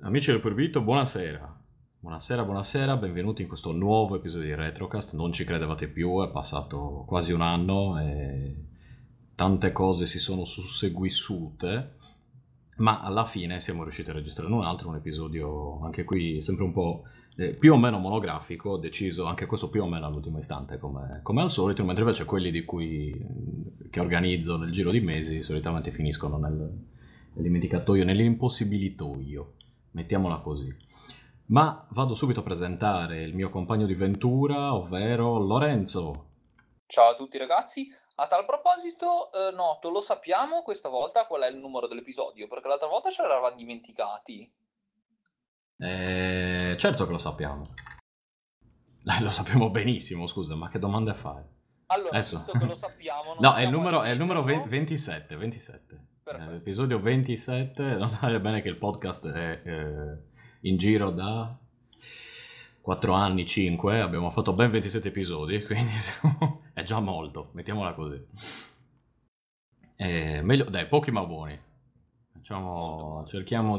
Amici del Proibito, buonasera. Buonasera, benvenuti in questo nuovo episodio di Retrocast. Non ci credevate più, è passato quasi un anno e tante cose si sono susseguissute, ma alla fine siamo riusciti a registrare un episodio anche qui sempre un po' più o meno monografico, deciso anche questo più o meno all'ultimo istante come al solito, mentre invece quelli che organizzo nel giro di mesi solitamente finiscono nel dimenticatoio, nell'impossibilitoio, mettiamola così. Ma vado subito a presentare il mio compagno di ventura, ovvero Lorenzo. Ciao a tutti ragazzi, a tal proposito noto, lo sappiamo questa volta qual è il numero dell'episodio, perché l'altra volta ce l'eravamo dimenticati. Certo che lo sappiamo. Lo sappiamo benissimo, scusa, ma che domande fai? Allora, Adesso. visto che lo sappiamo... No, è il numero 27. Perfetto. Episodio 27, non sapete bene che il podcast è in giro da 4 anni, 5, abbiamo fatto ben 27 episodi, quindi è già molto, mettiamola così. Meglio, dai, pochi ma buoni. Cerchiamo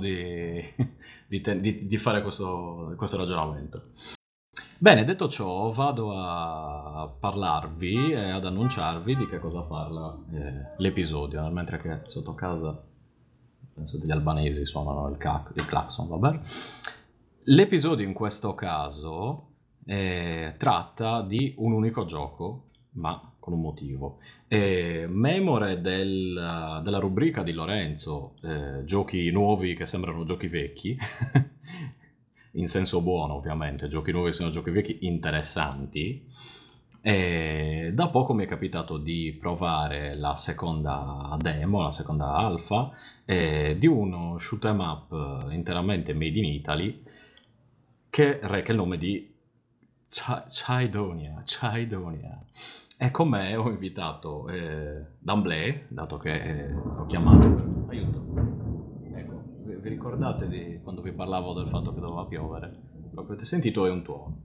di fare questo ragionamento. Bene, detto ciò, vado a parlarvi e ad annunciarvi di che cosa parla l'episodio, mentre che sotto casa penso degli albanesi suonano il clacson, vabbè. L'episodio in questo caso tratta di un unico gioco, ma con un motivo. Memore della rubrica di Lorenzo, giochi nuovi che sembrano giochi vecchi, in senso buono ovviamente, giochi nuovi sono giochi vecchi interessanti. Da poco mi è capitato di provare la seconda demo, la seconda alfa, di uno shoot 'em up interamente made in Italy che reca il nome di Cydonia. E con me ho invitato D'Amblè, dato che l'ho chiamato per... Aiuto. Ecco, vi ricordate di quando vi parlavo del fatto che doveva piovere? Quello che avete sentito è un tuono.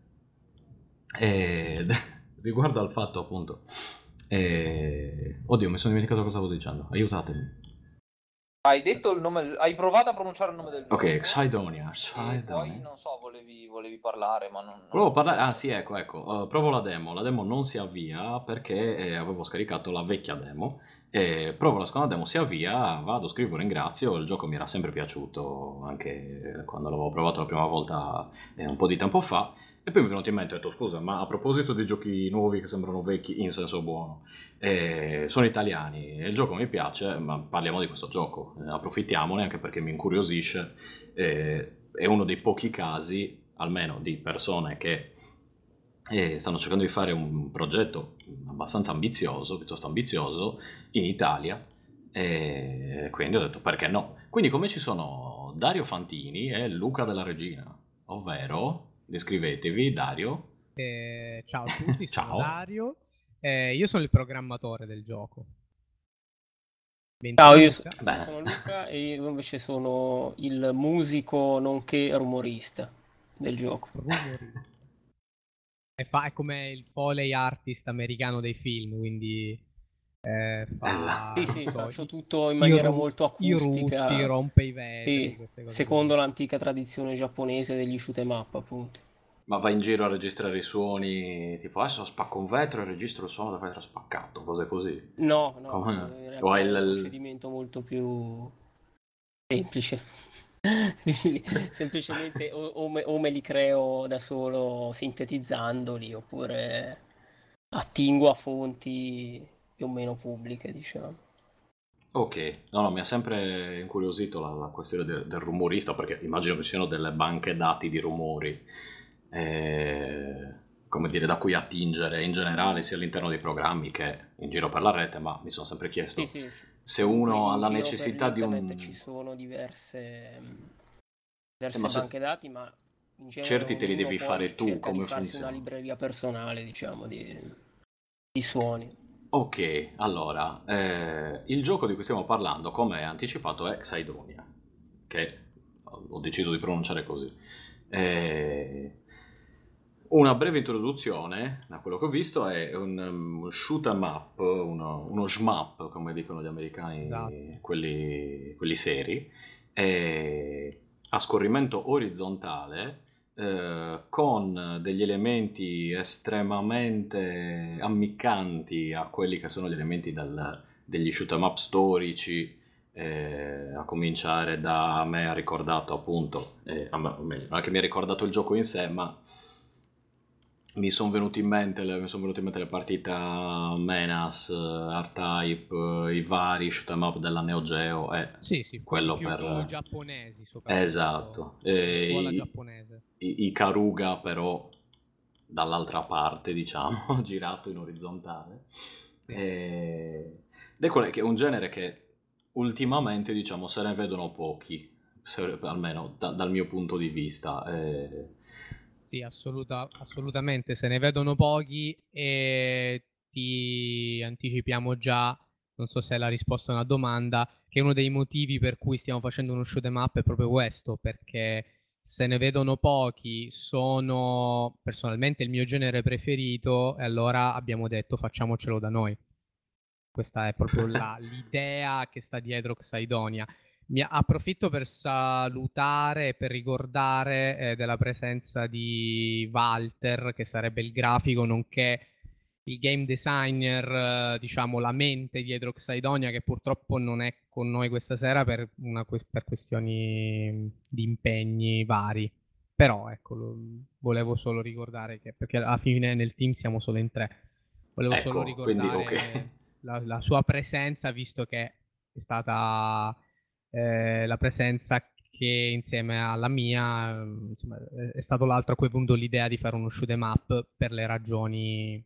Riguardo al fatto appunto... Oddio, mi sono dimenticato cosa stavo dicendo. Aiutatemi. Hai detto il nome, hai provato a pronunciare il nome del gioco? Ok, Cydonia. E poi, non so, volevi parlare, ma non Provo a so parlare. se- Ah, sì, ecco. Provo la demo. La demo non si avvia perché avevo scaricato la vecchia demo. Provo la seconda demo, si avvia. Vado, scrivo, ringrazio. Il gioco mi era sempre piaciuto anche quando l'avevo provato la prima volta un po' di tempo fa. E poi mi è venuto in mente, ho detto scusa, ma a proposito di giochi nuovi che sembrano vecchi in senso buono, sono italiani e il gioco mi piace, ma parliamo di questo gioco. Approfittiamone anche perché mi incuriosisce. È uno dei pochi casi, almeno di persone che stanno cercando di fare un progetto abbastanza ambizioso, piuttosto ambizioso, in Italia, e quindi ho detto perché no. Quindi come ci sono Dario Fantini e Luca della Regina, ovvero, descrivetevi, Dario. Ciao a tutti, sono Ciao. Dario. Io sono il programmatore del gioco. Ciao, io Luca. sono Luca e io invece sono il musico nonché rumorista del gioco. Rumorista. È come il Foley artist americano dei film, quindi Esatto. Sì, faccio tutto in maniera molto acustica. I rutti, rompe i vetri, Sì, queste cose secondo l'antica tradizione giapponese degli shoot 'em up, appunto. Ma vai in giro a registrare i suoni, tipo adesso spacco un vetro e registro il suono del vetro spaccato, cose così. No, Come? in realtà O è hai un procedimento molto più semplice. Semplicemente o me li creo da solo sintetizzandoli, oppure attingo a fonti più o meno pubbliche, diciamo. Ok, no, mi ha sempre incuriosito la questione del rumorista, perché immagino che ci siano delle banche dati di rumori, come dire, da cui attingere in generale sia all'interno dei programmi che in giro per la rete, ma mi sono sempre chiesto Sì. se uno ha In la giro necessità per di un... internet ci sono diverse ma banche dati, ma in genere certi te li ognuno devi poi fare tu, cerca come di farsi funziona? una libreria personale, diciamo, di suoni. Ok, allora, il gioco di cui stiamo parlando, come anticipato, è Cydonia, che ho deciso di pronunciare così. Una breve introduzione, da quello che ho visto, è un shoot 'em up, uno shmup, come dicono gli americani, Esatto. quelli seri, a scorrimento orizzontale con degli elementi estremamente ammiccanti a quelli che sono gli elementi degli shoot 'em up storici, a cominciare da, a me ha ricordato appunto, o meglio, non è che mi ha ricordato il gioco in sé, ma mi sono venute in mente le partite Menas, R-Type, i vari shoot 'em up della Neo Geo, Sì, quello più per... giapponesi soprattutto. Esatto, La scuola giapponese. i Karuga però dall'altra parte, diciamo, girato in orizzontale. Sì. Ed è un genere che ultimamente, diciamo, se ne vedono pochi, almeno dal mio punto di vista. Sì, assolutamente, se ne vedono pochi e ti anticipiamo già, non so se è la risposta a una domanda, che uno dei motivi per cui stiamo facendo uno shoot 'em up è proprio questo, perché se ne vedono pochi, sono personalmente il mio genere preferito e allora abbiamo detto facciamocelo da noi. Questa è proprio l'idea che sta dietro Xaidonia. Approfitto per salutare e per ricordare della presenza di Walter, che sarebbe il grafico, nonché il game designer, diciamo la mente dietro Xaidonia, che purtroppo non è con noi questa sera per questioni di impegni vari. Però ecco, volevo solo ricordare che, perché alla fine nel team siamo solo in 3, volevo solo Ecco, quindi ok. ricordare la sua presenza, visto che è stata la presenza che insieme alla mia, insomma, è stato l'altro a cui è venuto l'idea di fare uno shoot 'em up per le ragioni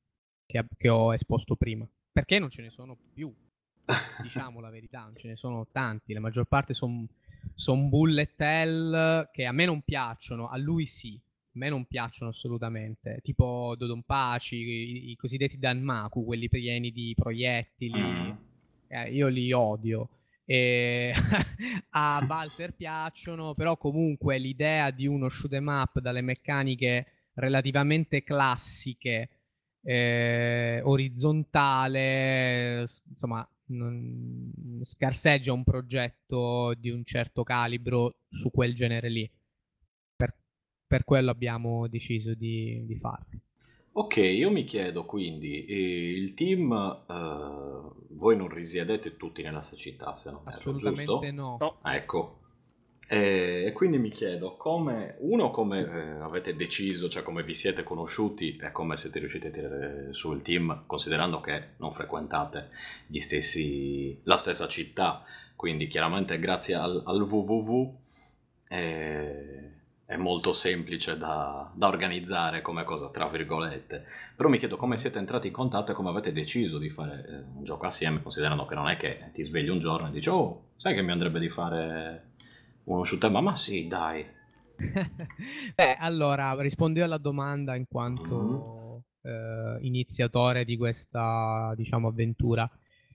che ho esposto prima. Perché non ce ne sono più, diciamo la verità, non ce ne sono tanti, la maggior parte sono bullet hell che a me non piacciono, a lui sì. A me non piacciono assolutamente, tipo Dodonpachi, i cosiddetti Danmaku, quelli pieni di proiettili, io li odio. E a Walter piacciono, però comunque l'idea di uno shoot 'em up dalle meccaniche relativamente classiche, orizzontale, insomma, scarseggia un progetto di un certo calibro su quel genere lì. Per quello abbiamo deciso di farlo. Ok, io mi chiedo quindi, il team, voi non risiedete tutti nella stessa città, se non erro, Assolutamente giusto? no. No. Ecco. E quindi mi chiedo come avete deciso, cioè come vi siete conosciuti e come siete riusciti a tirare su il team, considerando che non frequentate la stessa città, quindi chiaramente grazie al www è molto semplice da organizzare come cosa, tra virgolette. Però mi chiedo come siete entrati in contatto e come avete deciso di fare un gioco assieme, considerando che non è che ti svegli un giorno e dici "Oh, sai che mi andrebbe di fare uno shoot 'em up?" Ma sì, dai. Beh, allora rispondo io alla domanda in quanto iniziatore di questa, diciamo, avventura.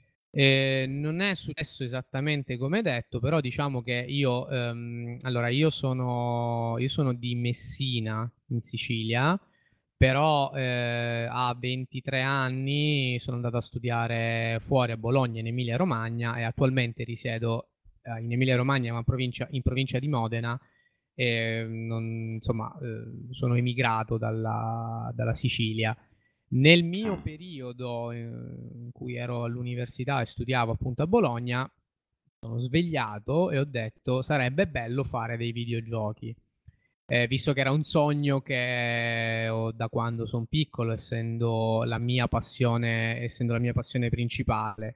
Non è successo esattamente come detto, però diciamo che allora io sono di Messina, in Sicilia, però a 23 anni sono andato a studiare fuori a Bologna, in Emilia-Romagna, e attualmente risiedo in Emilia-Romagna, ma in provincia di Modena. E insomma, sono emigrato dalla Sicilia. Nel mio periodo in cui ero all'università e studiavo appunto a Bologna, sono svegliato e ho detto sarebbe bello fare dei videogiochi. Visto che era un sogno che ho da quando sono piccolo, essendo la mia passione principale.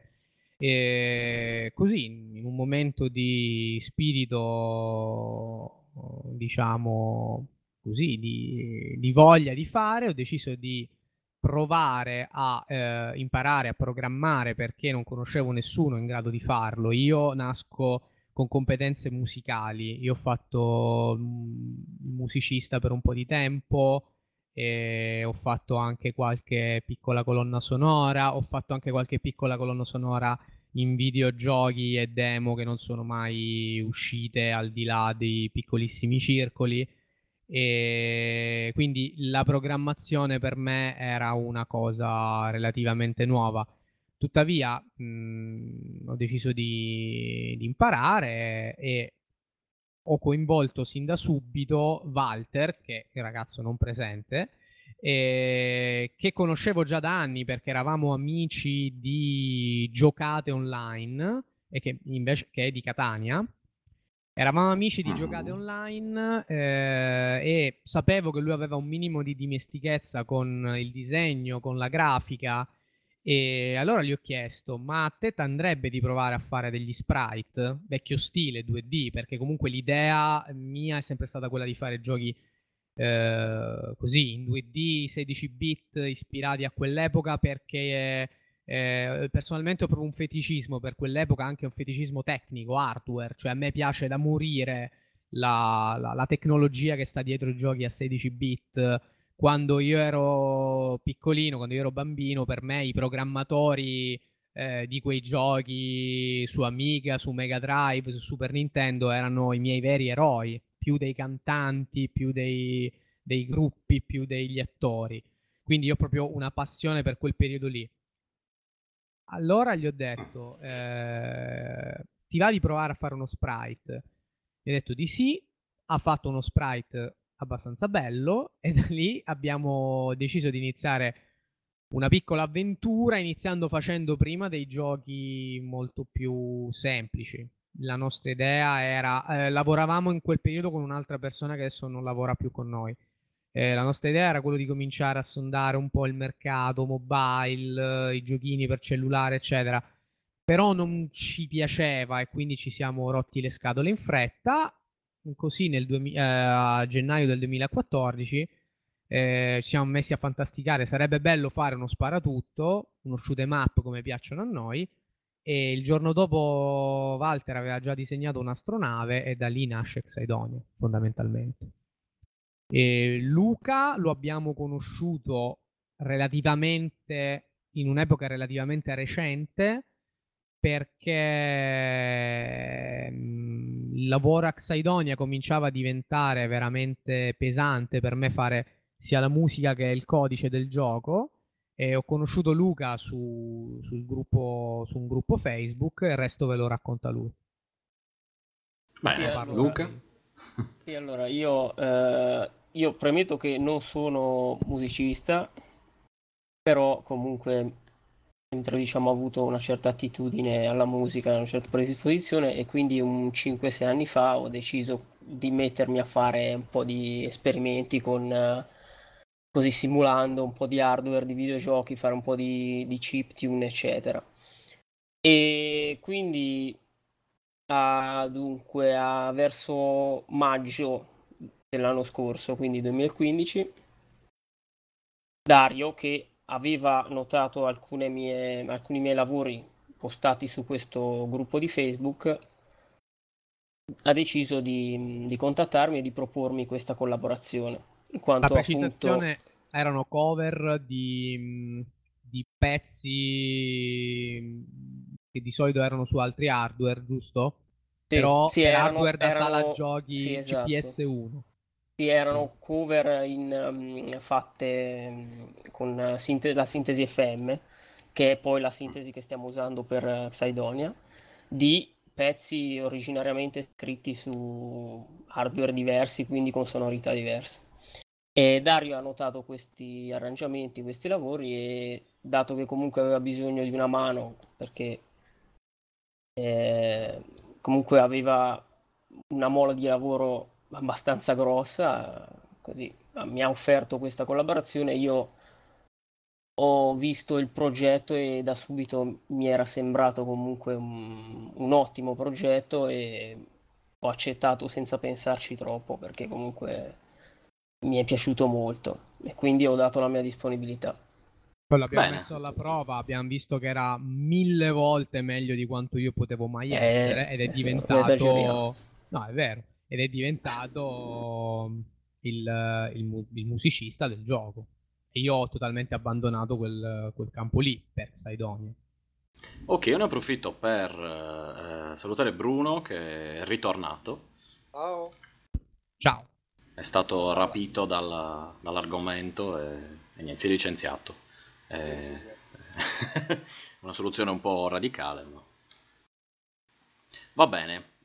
E così, in un momento di spirito, diciamo così, di voglia di fare, ho deciso di provare a imparare a programmare, perché non conoscevo nessuno in grado di farlo. Io nasco con competenze musicali, io ho fatto musicista per un po' di tempo, e ho fatto anche qualche piccola colonna sonora, ho fatto anche qualche piccola colonna sonora in videogiochi e demo che non sono mai uscite al di là dei piccolissimi circoli. E quindi la programmazione per me era una cosa relativamente nuova. Tuttavia, ho deciso di imparare e ho coinvolto sin da subito Walter, che è il ragazzo non presente, che conoscevo già da anni perché eravamo amici di giocate online, e che invece che è di Catania. Eravamo amici di giocate online e sapevo che lui aveva un minimo di dimestichezza con il disegno, con la grafica, e allora gli ho chiesto: ma a te t'andrebbe di provare a fare degli sprite vecchio stile 2D? Perché comunque l'idea mia è sempre stata quella di fare giochi così in 2D 16 bit ispirati a quell'epoca, perché personalmente ho proprio un feticismo per quell'epoca, anche un feticismo tecnico, hardware, cioè a me piace da morire la tecnologia che sta dietro i giochi a 16 bit. Quando io ero piccolino, quando io ero bambino, per me i programmatori di quei giochi su Amiga, su Mega Drive, su Super Nintendo erano i miei veri eroi, più dei cantanti, più dei gruppi, più degli attori. Quindi io ho proprio una passione per quel periodo lì. Allora gli ho detto, ti va di provare a fare uno sprite? Mi ha detto di sì, ha fatto uno sprite abbastanza bello e da lì abbiamo deciso di iniziare una piccola avventura, iniziando facendo prima dei giochi molto più semplici. La nostra idea era, lavoravamo in quel periodo con un'altra persona che adesso non lavora più con noi. La nostra idea era quello di cominciare a sondare un po' il mercato mobile, i giochini per cellulare, eccetera. Però non ci piaceva e quindi ci siamo rotti le scatole in fretta. Così a gennaio del 2014 ci siamo messi a fantasticare. Sarebbe bello fare uno sparatutto, uno shoot 'em up come piacciono a noi. E il giorno dopo Walter aveva già disegnato un'astronave e da lì nasce Xaidonia, fondamentalmente. E Luca lo abbiamo conosciuto relativamente in un'epoca relativamente recente, perché il lavoro a Xaidonia cominciava a diventare veramente pesante per me, fare sia la musica che il codice del gioco, e ho conosciuto Luca su un gruppo Facebook, e il resto ve lo racconta lui. Bene, allora, Luca? Sì, allora io premetto che non sono musicista, però comunque sempre diciamo ho avuto una certa attitudine alla musica, una certa predisposizione, e quindi un 5-6 anni fa ho deciso di mettermi a fare un po' di esperimenti con così simulando un po' di hardware di videogiochi, fare un po' di chiptune eccetera. E quindi verso maggio dell'anno scorso, quindi 2015, Dario, che aveva notato alcuni miei lavori postati su questo gruppo di Facebook, ha deciso di contattarmi e di propormi questa collaborazione. In La quanto appunto precisazione erano cover di pezzi che di solito erano su altri hardware, giusto? sì, Però sì, per hardware da sala sì, giochi esatto. CPS1. Sì, erano cover fatte con la sintesi FM, che è poi la sintesi che stiamo usando per Xaidonia, di pezzi originariamente scritti su hardware diversi, quindi con sonorità diverse. E Dario ha notato questi arrangiamenti, questi lavori, e dato che comunque aveva bisogno di una mano, perché eh, comunque aveva una mole di lavoro abbastanza grossa, così mi ha offerto questa collaborazione. Io ho visto il progetto e da subito mi era sembrato comunque un ottimo progetto, e ho accettato senza pensarci troppo, perché comunque mi è piaciuto molto e quindi ho dato la mia disponibilità. Poi l'abbiamo Bene. messo alla prova, abbiamo visto che era 1000 volte meglio di quanto io potevo mai essere, ed è Adesso non esageriamo. diventato... No, è vero, ed è diventato il musicista del gioco. E io ho totalmente abbandonato quel campo lì per Saidonia. Ok, io ne approfitto per salutare Bruno che è ritornato. Ciao. Ciao. È stato rapito dall'argomento e niente, si è licenziato. Sì. Una soluzione un po' radicale, ma... Va bene.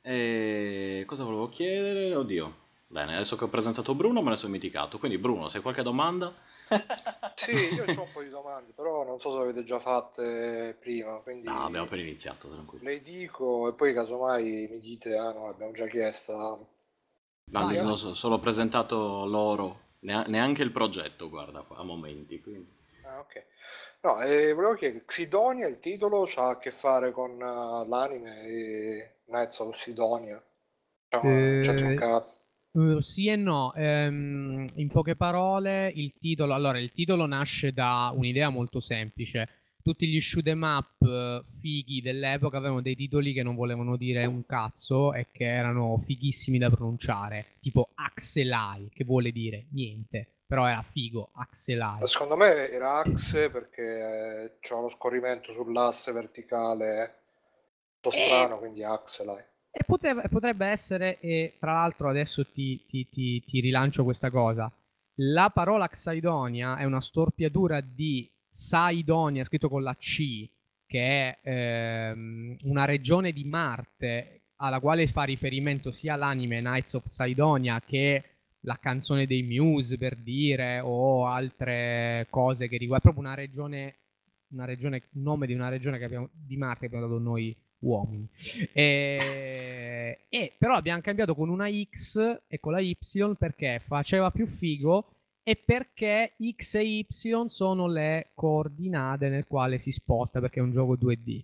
E cosa volevo chiedere? Oddio. Bene, adesso che ho presentato Bruno me ne sono dimenticato. Quindi Bruno, se hai qualche domanda? Sì, io ho un po' di domande, però non so se le avete già fatte prima, quindi No, abbiamo appena iniziato, tranquillo. le dico e poi casomai mi dite, ah no, l'abbiamo già chiesta. No, io- non lo so, solo presentato loro. Neanche il progetto, guarda, a momenti. Quindi. Ah, ok. No, volevo chiedere, Xidonia, il titolo, c'ha a che fare con l'anime e Knights of Sidonia? C'entra un Eh, cazzo. Sì e no. In poche parole, il titolo nasce da un'idea molto semplice. Tutti gli shoot 'em up fighi dell'epoca avevano dei titoli che non volevano dire un cazzo e che erano fighissimi da pronunciare, tipo Axelai, che vuole dire niente, però era figo, Axelai. Secondo me era Axe perché c'è uno scorrimento sull'asse verticale molto strano, quindi Axelai. E potrebbe essere, e tra l'altro adesso ti rilancio questa cosa. La parola Xaidonia è una storpiatura di Saidonia, scritto con la C, che è una regione di Marte alla quale fa riferimento sia l'anime Knights of Sidonia che la canzone dei Muse, per dire, o altre cose che riguardano proprio un nome di una regione di Marte che abbiamo dato noi uomini. E però abbiamo cambiato con una X e con la Y perché faceva più figo e perché X e Y sono le coordinate nel quale si sposta, perché è un gioco 2D.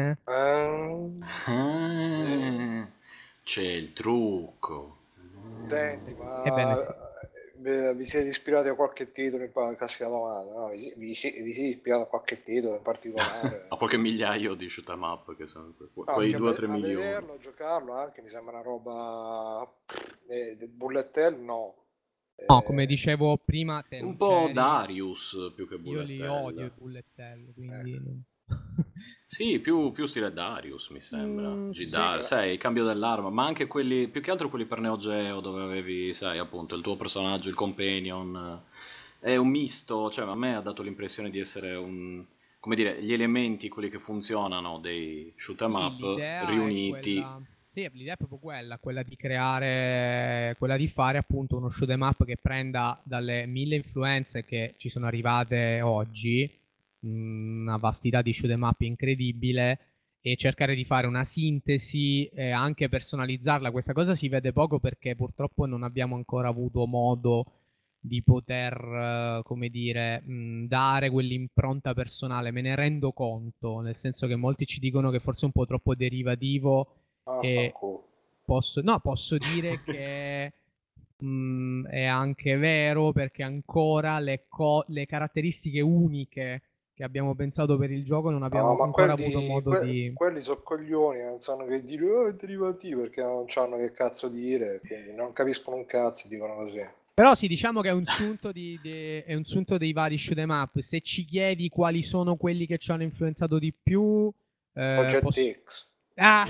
C'è il trucco. Senti, ma Ebbene sì. vi siete ispirati a qualche titolo in classica domanda? No? Vi siete ispirati a qualche titolo in particolare? A qualche migliaio di shoot 'em up che sono quei Che 2 o 3 a milioni. vederlo, giocarlo anche mi sembra una roba bullet hell no. No, come dicevo prima, te Un non po' c'eri. Darius più che Io bullet li hell. odio i bullet hell, quindi non- Sì, più stile Darius mi sembra. sì. Sai, il cambio dell'arma, ma anche quelli, più che altro quelli per Neo Geo dove avevi, sai, appunto, il tuo personaggio, il companion. È un misto, cioè a me ha dato l'impressione di essere come dire, gli elementi, quelli che funzionano dei shoot 'em Sì, up l'idea è riuniti. sì, l'idea è proprio quella di creare, quella di fare appunto uno shoot 'em up che prenda dalle 1000 influenze che ci sono arrivate oggi, una vastità di shoot 'em up incredibile, e cercare di fare una sintesi e anche personalizzarla. Questa cosa si vede poco perché purtroppo non abbiamo ancora avuto modo di poter, come dire, dare quell'impronta personale. Me ne rendo conto, nel senso che molti ci dicono che forse è un po' troppo derivativo e posso dire che è anche vero, perché ancora le caratteristiche uniche che abbiamo pensato per il gioco non abbiamo ma ancora avuto modo di... quelli sono coglioni, non sanno che dire, è derivativo perché non sanno che cazzo dire, quindi non capiscono un cazzo, dicono così. Però sì, diciamo che è un sunto, è un sunto dei vari shoot 'em up. Se ci chiedi quali sono quelli che ci hanno influenzato di più, Project X. Ah!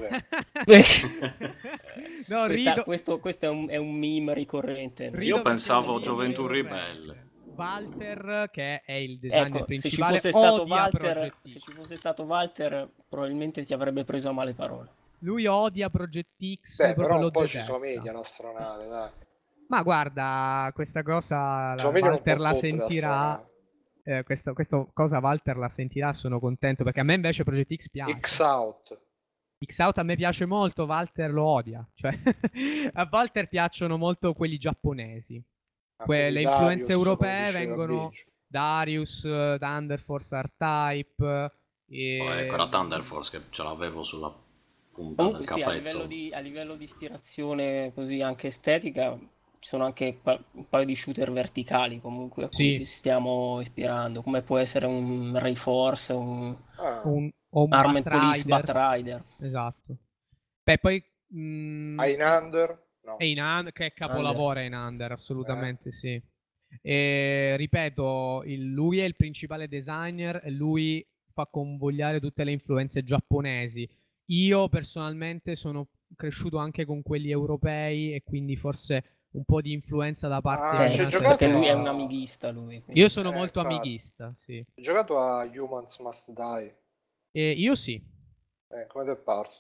No, questo è un meme ricorrente. Io pensavo perché Gioventù vorrei Ribelle. Walter, che è il designer Ecco, principale, se ci fosse stato Walter, probabilmente ti avrebbe preso a male parole. Lui odia Project X, Beh, proprio però lo un po' detesta. ci somiglia l'astronave, dai. Ma guarda, questa cosa Somigliano Walter un po' la tutte le sentirà. astronave. Questa cosa Walter la sentirà, sono contento, perché a me invece Project X piace. X-Out. X-Out a me piace molto, Walter lo odia. Cioè, a Walter piacciono molto quelli giapponesi. Le influenze europee vengono Darius, Thunder Force R-Type. Ecco, era Thunder Force che ce l'avevo sulla punta Comunque del sì, capezzo. a livello di ispirazione così anche estetica, ci sono anche un paio di shooter verticali comunque a cui ci stiamo ispirando, come può essere un Ray Force, un Armored Police Batrider. Esatto. Beh, poi Einander? No. Einander, che capolavoro Einander, assolutamente sì. E, ripeto, lui è il principale designer e lui fa convogliare tutte le influenze giapponesi. Io personalmente sono cresciuto anche con quelli europei e quindi forse un po' di influenza da parte c'è di... perché lui è un amighista, lui. Io sono molto amighista, sì. Hai giocato a Humans Must Die? Io sì. Come ti è parso?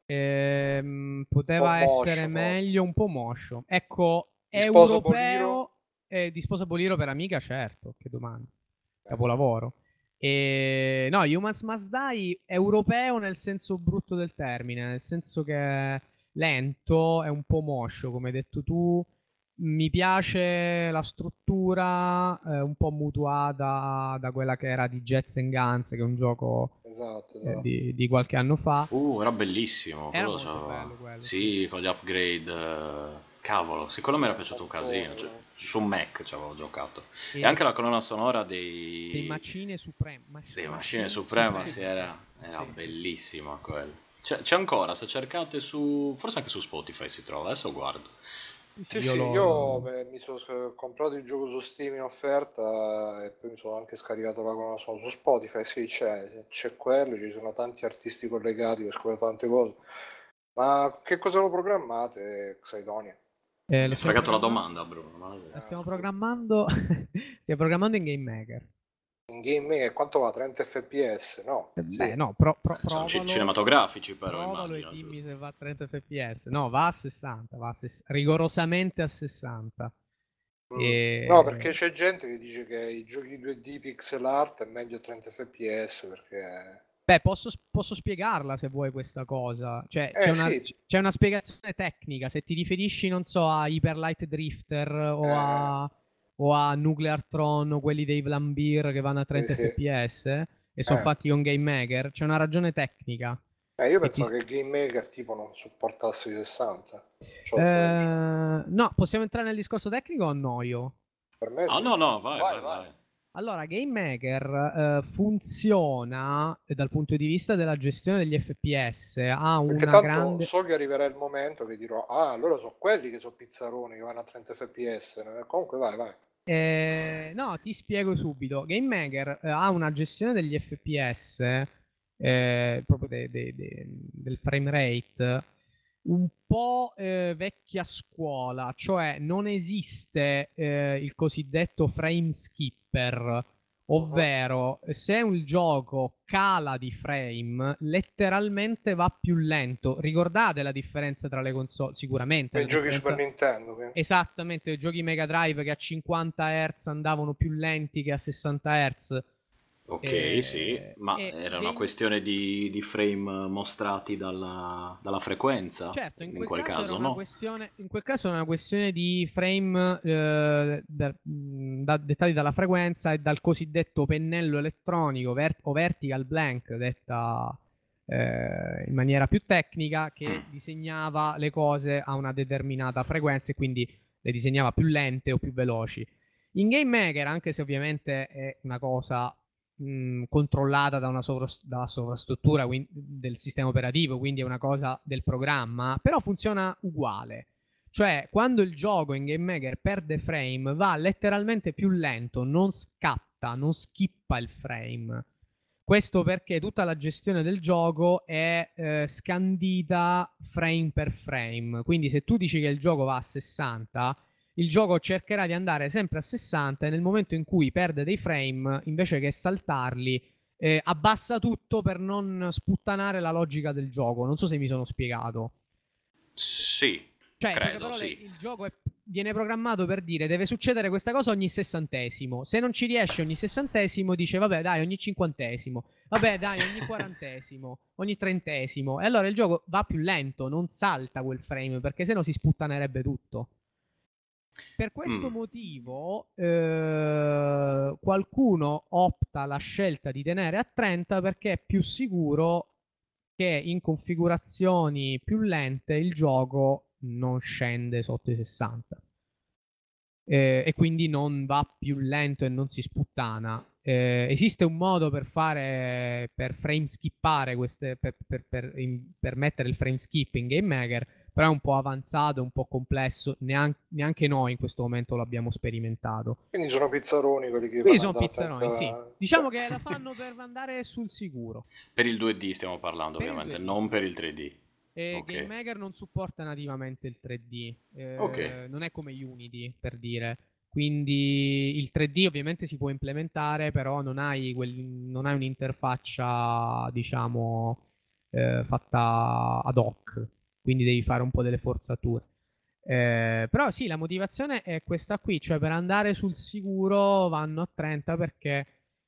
Poteva Un po' essere moscio, meglio, forse. un po' moscio. Ecco, Disposable Hero? europeo, Disposable Hero per Amiga, certo, che domanda. Eh. Capolavoro. No, Humans Must Die europeo nel senso brutto del termine, nel senso che è lento, è un po' moscio, come hai detto tu. Mi piace la struttura, un po' mutuata da quella che era di Jets and Guns, che è un gioco Esatto. di qualche anno fa. Era bellissimo. Era Quello molto bello quello, sì, con gli upgrade. Cavolo, siccome mi era piaciuto un casino. Concordo. Su Mac ci avevo giocato. E E anche la colonna sonora dei dei Machine Supreme. Machine Supremacy era Sì, sì. bellissima quello. C'è ancora, se cercate forse anche su Spotify si trova, adesso guardo. Sì, Io io mi sono comprato il gioco su Steam in offerta e poi mi sono anche scaricato la colonna sonora su Spotify. Sì, c'è quello, ci sono tanti artisti collegati, ho scoperto tante cose. Ma che cosa lo programmate, Xaidonia? Mi lo hai stiamo fregato la programmando. domanda, Bruno. maledetto. Stiamo programmando. Stiamo programmando in Game Maker. In Game quanto va? 30 fps? No? Beh, Sì. no, Sono provalo. cinematografici però, Provalo e immagino. dimmi se va a 30 fps. No, va a 60, rigorosamente a 60. No, perché c'è gente che dice che i giochi 2D pixel art è meglio a 30 fps perché... Beh, posso spiegarla se vuoi questa cosa. Cioè, c'è sì, c'è una spiegazione tecnica. Se ti riferisci, non so, a Hyper Light Drifter o a Nuclear Throne o quelli dei Vlambeer che vanno a 30 sì. fps e sono fatti con Game Maker, c'è una ragione tecnica. Io che pensavo che il Game Maker tipo non supportasse i 60. No, possiamo entrare nel discorso tecnico o annoio? Per me sì. No, vai. Allora, Game Maker funziona dal punto di vista della gestione degli FPS, ha Perché una tanto grande... so che arriverà il momento che dirò, allora sono quelli che sono pizzaroni che vanno a 30 fps. Comunque vai. No, ti spiego subito. Game Maker ha una gestione degli FPS, proprio del frame rate, un po' vecchia scuola, cioè non esiste il cosiddetto frame skipper, ovvero se un gioco cala di frame, letteralmente va più lento. Ricordate la differenza tra le console? Sicuramente. Per La i giochi differenza... Super Nintendo. Quindi. Esattamente, i giochi Mega Drive che a 50 Hz andavano più lenti che a 60 Hz. Ok, sì, ma era una questione di frame mostrati dalla frequenza? Certo, in quel caso, era no? una questione, in quel caso era una questione di frame dettati dalla frequenza e dal cosiddetto pennello elettronico o vertical blank, detta in maniera più tecnica, che disegnava le cose a una determinata frequenza e quindi le disegnava più lente o più veloci. In Game Maker, anche se ovviamente è una cosa controllata da dalla sovrastruttura del sistema operativo, quindi è una cosa del programma, però funziona uguale. Cioè, quando il gioco in Game Maker perde frame, va letteralmente più lento, non scatta, non skippa il frame. Questo perché tutta la gestione del gioco è scandita frame per frame. Quindi se tu dici che il gioco va a 60, il gioco cercherà di andare sempre a 60 e nel momento in cui perde dei frame, invece che saltarli, abbassa tutto per non sputtanare la logica del gioco. Non so se mi sono spiegato. Sì, Cioè, in poche credo, parole, sì. il gioco viene programmato per dire deve succedere questa cosa ogni sessantesimo. Se non ci riesce ogni sessantesimo, dice vabbè dai ogni cinquantesimo. Vabbè dai ogni quarantesimo, ogni trentesimo. E allora il gioco va più lento, non salta quel frame perché sennò si sputtanerebbe tutto. Per questo motivo qualcuno opta la scelta di tenere a 30 perché è più sicuro che in configurazioni più lente il gioco non scende sotto i 60 e quindi non va più lento e non si sputtana. Esiste un modo per frame skippare per mettere il frame skip in Game Maker, però è un po' avanzato, è un po' complesso, neanche noi in questo momento l'abbiamo sperimentato. Quindi sono pizzaroni quelli che Quindi fanno sono andare pizzeroni, sì. Diciamo che la fanno per andare sul sicuro. Per il 2D stiamo parlando, Per ovviamente, 2D, non sì. per il 3D. Okay. Game Maker non supporta nativamente il 3D, non è come Unity, per dire. Quindi il 3D ovviamente si può implementare, però non hai un'interfaccia, diciamo, fatta ad hoc, quindi devi fare un po' delle forzature. Però sì, la motivazione è questa qui, cioè per andare sul sicuro vanno a 30 perché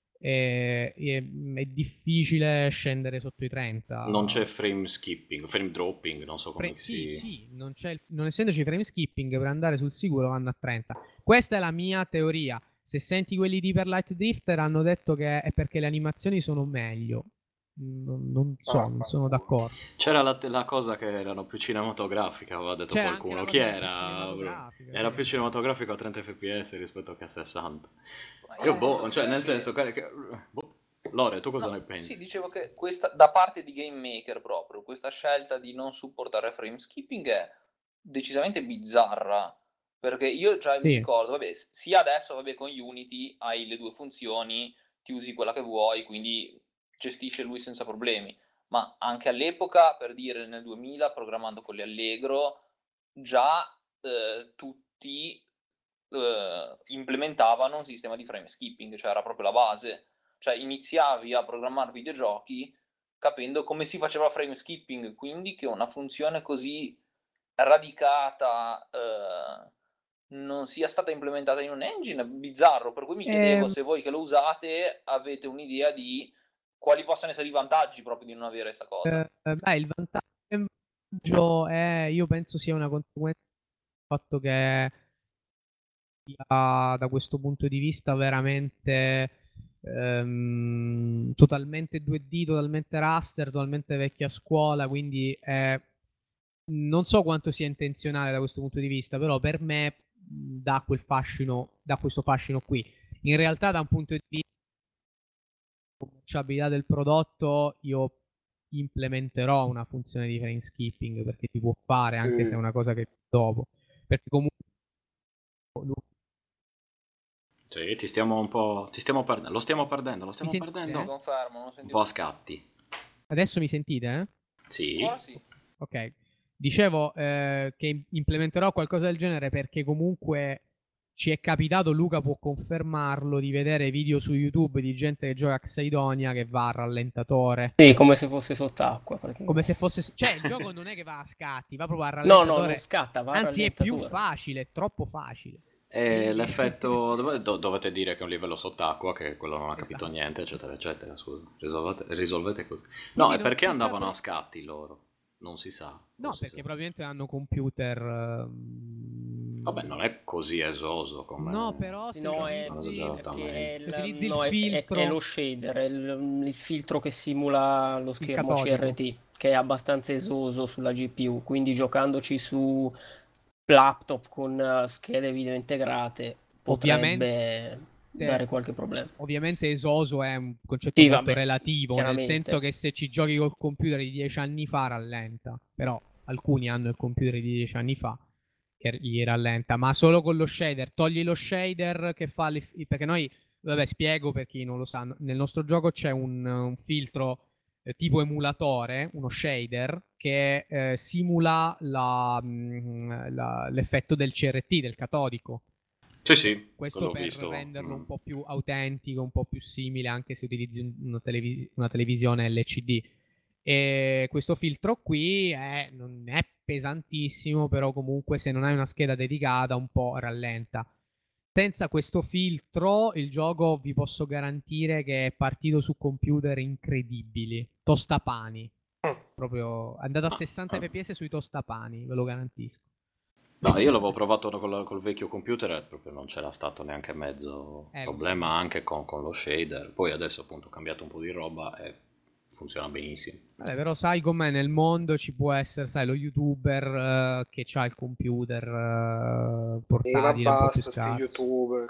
è difficile scendere sotto i 30. Non c'è frame skipping, frame dropping, non so come Sì, non essendoci frame skipping, per andare sul sicuro vanno a 30. Questa è la mia teoria. Se senti quelli di Hyper Light Drifter hanno detto che è perché le animazioni sono meglio. Non sono d'accordo. C'era la cosa che erano più cinematografica, aveva detto C'era qualcuno. anche Chi la cosa era? più cinematografica, Era sì. più cinematografico a 30 fps rispetto che a 60. Io cioè nel senso Lore, tu cosa ne pensi? Sì, dicevo che questa, da parte di Game Maker proprio, questa scelta di non supportare frame skipping è decisamente bizzarra, perché io già mi Sì. ricordo, vabbè, sia adesso, vabbè, con Unity hai le due funzioni, ti usi quella che vuoi, quindi gestisce lui senza problemi, ma anche all'epoca, per dire nel 2000, programmando con le Allegro, già tutti implementavano un sistema di frame skipping, cioè era proprio la base. Cioè iniziavi a programmare videogiochi capendo come si faceva frame skipping, quindi che una funzione così radicata non sia stata implementata in un engine è bizzarro, per cui mi chiedevo se voi che lo usate avete un'idea di quali possono essere i vantaggi proprio di non avere questa cosa. Il vantaggio è, io penso sia una conseguenza del fatto che da questo punto di vista veramente totalmente 2D, totalmente raster, totalmente vecchia scuola, quindi non so quanto sia intenzionale da questo punto di vista, però per me dà quel fascino, dà questo fascino qui. In realtà da un punto di vista della commerciabilità del prodotto io implementerò una funzione di frame skipping perché si può fare anche se è una cosa che dopo, perché comunque Sì, ti stiamo perdendo. Lo stiamo perdendo. Mi perdendo. Sì, confermo, non Un sentivo. po' a scatti. Adesso mi sentite, eh? Sì. Ora sì. Ok. Dicevo che implementerò qualcosa del genere perché comunque ci è capitato, Luca può confermarlo, di vedere video su YouTube di gente che gioca a Xaidonia che va a rallentatore. Sì, come se fosse sott'acqua. Come se fosse... Cioè, il gioco non è che va a scatti, va proprio a No, rallentatore. non scatta, va a Anzi, è più rallentatore. facile, è troppo facile. E l'effetto dovete dire che è un livello sott'acqua, che quello non ha capito Esatto. niente, eccetera, eccetera. Scusa, risolvete così. No, Quindi e non perché si sa andavano per- a scatti loro? Non si sa. No, Non si perché sa. probabilmente hanno computer... Vabbè, non è così esoso come... No, però se No, è utilizzi, perché se utilizzi no, il filtro... è lo shader, è il filtro che simula lo schermo catodico. CRT, che è abbastanza esoso sulla GPU, quindi giocandoci su laptop con schede video integrate potrebbe dare qualche problema. Ovviamente esoso è un concetto Sì, molto vabbè, relativo, nel chiaramente. senso che se ci giochi col computer di 10 anni fa rallenta, però alcuni hanno il computer di 10 anni fa che gli rallenta, ma solo con lo shader. Togli lo shader che fa perché noi, vabbè, spiego per chi non lo sa, nel nostro gioco c'è un filtro tipo emulatore, uno shader che simula l'effetto del CRT, del catodico. Sì, Questo l'ho per visto. renderlo un po' più autentico, un po' più simile anche se utilizzi una televisione LCD. E questo filtro qui non è pesantissimo, però comunque se non hai una scheda dedicata un po' rallenta. Senza questo filtro il gioco vi posso garantire che è partito su computer incredibili, tostapani. Proprio è andato a 60 fps sui tostapani, ve lo garantisco. No, io l'avevo provato col vecchio computer e proprio non c'era stato neanche mezzo problema anche con lo shader. Poi adesso appunto ho cambiato un po' di roba e funziona benissimo. Vabbè, però sai com'è nel mondo ci può essere, sai, lo youtuber che ha il computer portatile un po' più basta sti scarso. youtuber.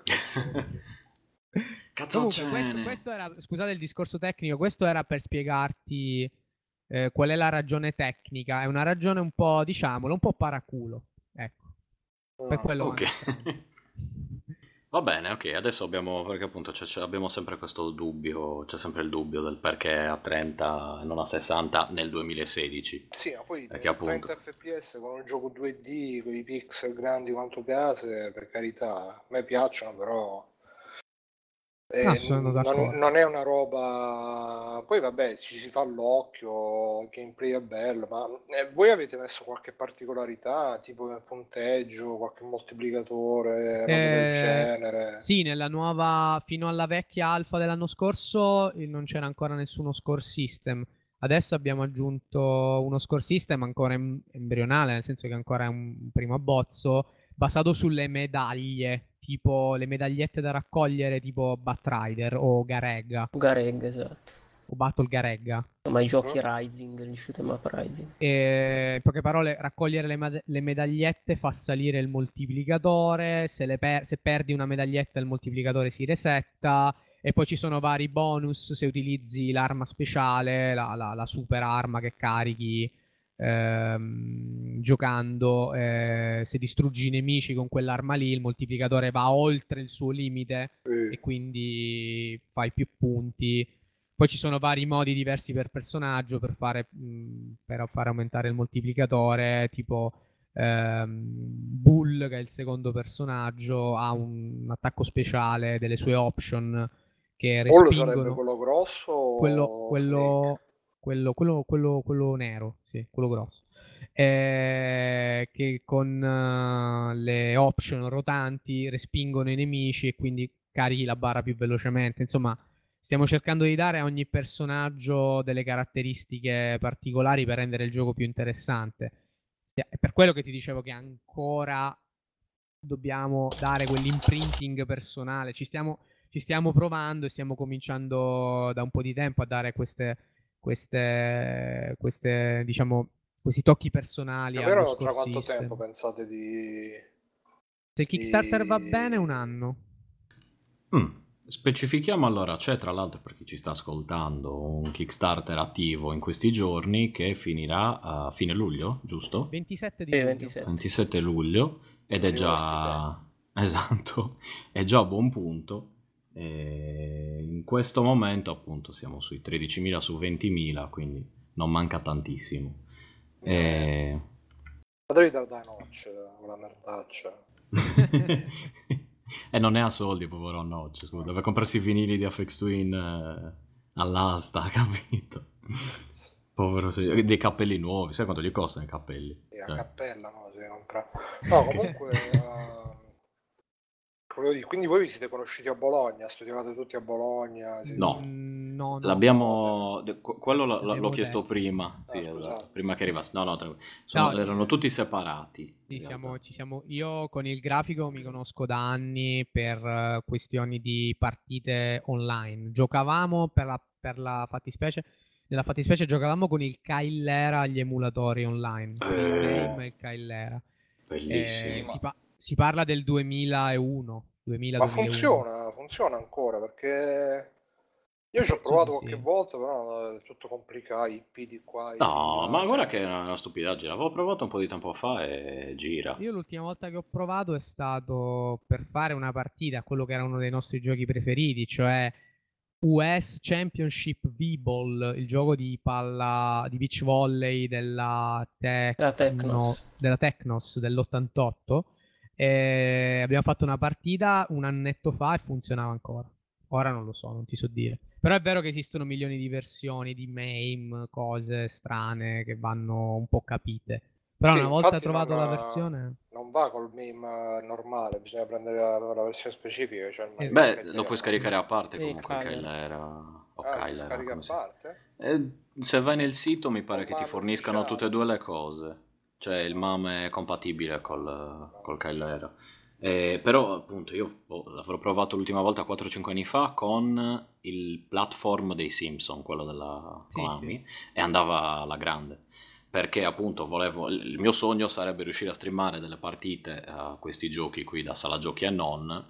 Comunque questo era, scusate il discorso tecnico, questo era per spiegarti qual è la ragione tecnica. È una ragione un po', diciamolo, un po' paraculo. Ecco. Per quello Ok. Va bene, ok, adesso abbiamo, perché appunto abbiamo sempre questo dubbio, c'è sempre il dubbio del perché a 30 e non a 60 nel 2016. Sì, ma poi perché appunto 30 fps con un gioco 2D, con i pixel grandi quanto piace, per carità, a me piacciono, però Sono d'accordo. Non è una roba. Poi vabbè, ci si fa l'occhio, il gameplay è bello, ma voi avete messo qualche particolarità, tipo nel punteggio, qualche moltiplicatore, roba del genere? Sì, nella nuova, fino alla vecchia alfa dell'anno scorso non c'era ancora nessuno score system. Adesso abbiamo aggiunto uno score system ancora embrionale, nel senso che ancora è un primo abbozzo, basato sulle medaglie, tipo le medagliette da raccogliere tipo Batrider o Garegga Gareg, esatto. o Battle Garegga. Ma i giochi Rising, gli shoot 'em up Rising. In poche parole, raccogliere le medagliette fa salire il moltiplicatore. Se perdi una medaglietta, il moltiplicatore si resetta. E poi ci sono vari bonus se utilizzi l'arma speciale, la super arma che carichi giocando. Se distruggi i nemici con quell'arma lì, il moltiplicatore va oltre il suo limite e quindi fai più punti. Poi ci sono vari modi diversi per personaggio per fare aumentare il moltiplicatore, tipo Bull, che è il secondo personaggio, ha un attacco speciale, delle sue option che Paul sarebbe respingono quello grosso o quello nero, sì, quello grosso. Che con le option rotanti respingono i nemici e quindi carichi la barra più velocemente. Insomma, stiamo cercando di dare a ogni personaggio delle caratteristiche particolari per rendere il gioco più interessante. È per quello che ti dicevo che ancora dobbiamo dare quell'imprinting personale. Ci stiamo provando e stiamo cominciando da un po' di tempo a dare diciamo, questi tocchi personali allo Davvero, score tra quanto system. tempo pensate di... Se Kickstarter va bene, un anno. Specifichiamo allora, c'è tra l'altro per chi ci sta ascoltando un Kickstarter attivo in questi giorni che finirà a fine luglio, giusto? 27 di luglio. 27 luglio ed è già esatto, è già a buon punto. In questo momento appunto siamo sui 13.000 su 20.000, quindi non manca tantissimo. Potrei dare da notch una merdaccia. E non ne ha soldi, povero Notch, scusa, deve comprarsi i vinili di Aphex Twin all'asta, capito? Povero, dei cappelli nuovi, sai quanto gli costano i cappelli? La cappella, no, si compra. No, comunque quindi voi vi siete conosciuti a Bologna, studiavate tutti a Bologna? No, l'abbiamo quello l'ho chiesto prima, sì, esatto, prima che arrivasse. Erano tutti separati. Io con il grafico mi conosco da anni per questioni di partite online. Giocavamo per la fattispecie. Nella fattispecie giocavamo con il Kailera agli emulatori online. Il Kailera. Bellissimo. Si parla del 2001. Ma funziona ancora, perché io ci ho provato qualche volta, però è tutto complicato, IP di qua. No, ma guarda che è una stupidaggine. L'avevo provato un po' di tempo fa e gira. Io l'ultima volta che ho provato è stato per fare una partita a quello che era uno dei nostri giochi preferiti, cioè US Championship V-Ball, il gioco di palla di beach volley della Technos dell'88. Abbiamo fatto una partita un annetto fa e funzionava ancora. Ora non lo so, non ti so dire. Però è vero che esistono milioni di versioni di MAME, cose strane che vanno un po' capite. Però una volta trovato la versione... Non va col MAME normale, bisogna prendere la versione specifica. Cioè lo puoi scaricare a parte comunque, si scarica a parte? Se vai nel sito mi pare che ti forniscano tutte e due le cose. Cioè il MAME è compatibile col Kailera. Però appunto io l'avrò provato l'ultima volta 4-5 anni fa con il platform dei Simpson, quello della Konami, e andava alla grande. Perché appunto il mio sogno sarebbe riuscire a streamare delle partite a questi giochi qui da sala giochi e non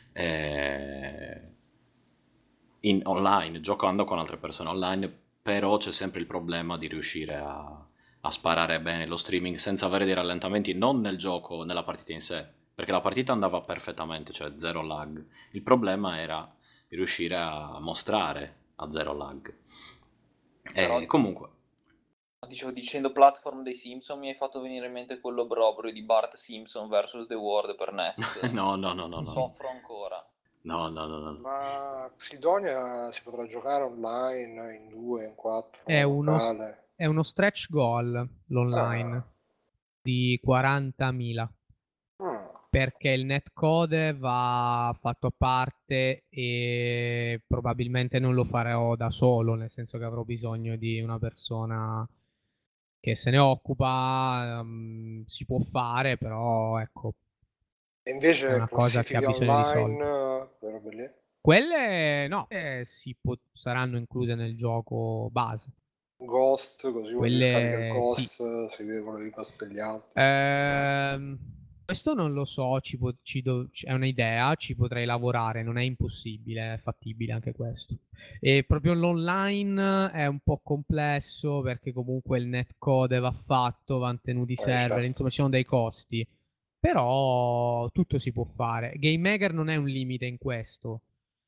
in online, giocando con altre persone online, però c'è sempre il problema di riuscire a sparare bene lo streaming senza avere dei rallentamenti, non nel gioco, nella partita in sé, perché la partita andava perfettamente, cioè zero lag. Il problema era di riuscire a mostrare a zero lag. E comunque dicendo platform dei Simpson mi hai fatto venire in mente quello proprio di Bart Simpson vs The World per NES. No. Soffro ancora. No. Ma Sidonia si potrà giocare online, in 2, in 4, È locale? uno stretch goal l'online di 40.000. Perché il netcode va fatto a parte e probabilmente non lo farò da solo, nel senso che avrò bisogno di una persona che se ne occupa. Si può fare, però ecco, E è invece una cosa che ha classifiche bisogno di soldi. online, quelle robe lì? Quelle no, saranno incluse nel gioco base. Ghost, così uno si scarica il Quelle sì. Ghost, si vede quello di Ghost degli altri. Questo non lo so, è un'idea, ci potrei lavorare, non è impossibile, è fattibile anche questo. E proprio l'online è un po' complesso perché comunque il netcode va fatto, vanno tenuti i server, Certo. insomma ci sono dei costi. Però tutto si può fare. Game Maker non è un limite in questo.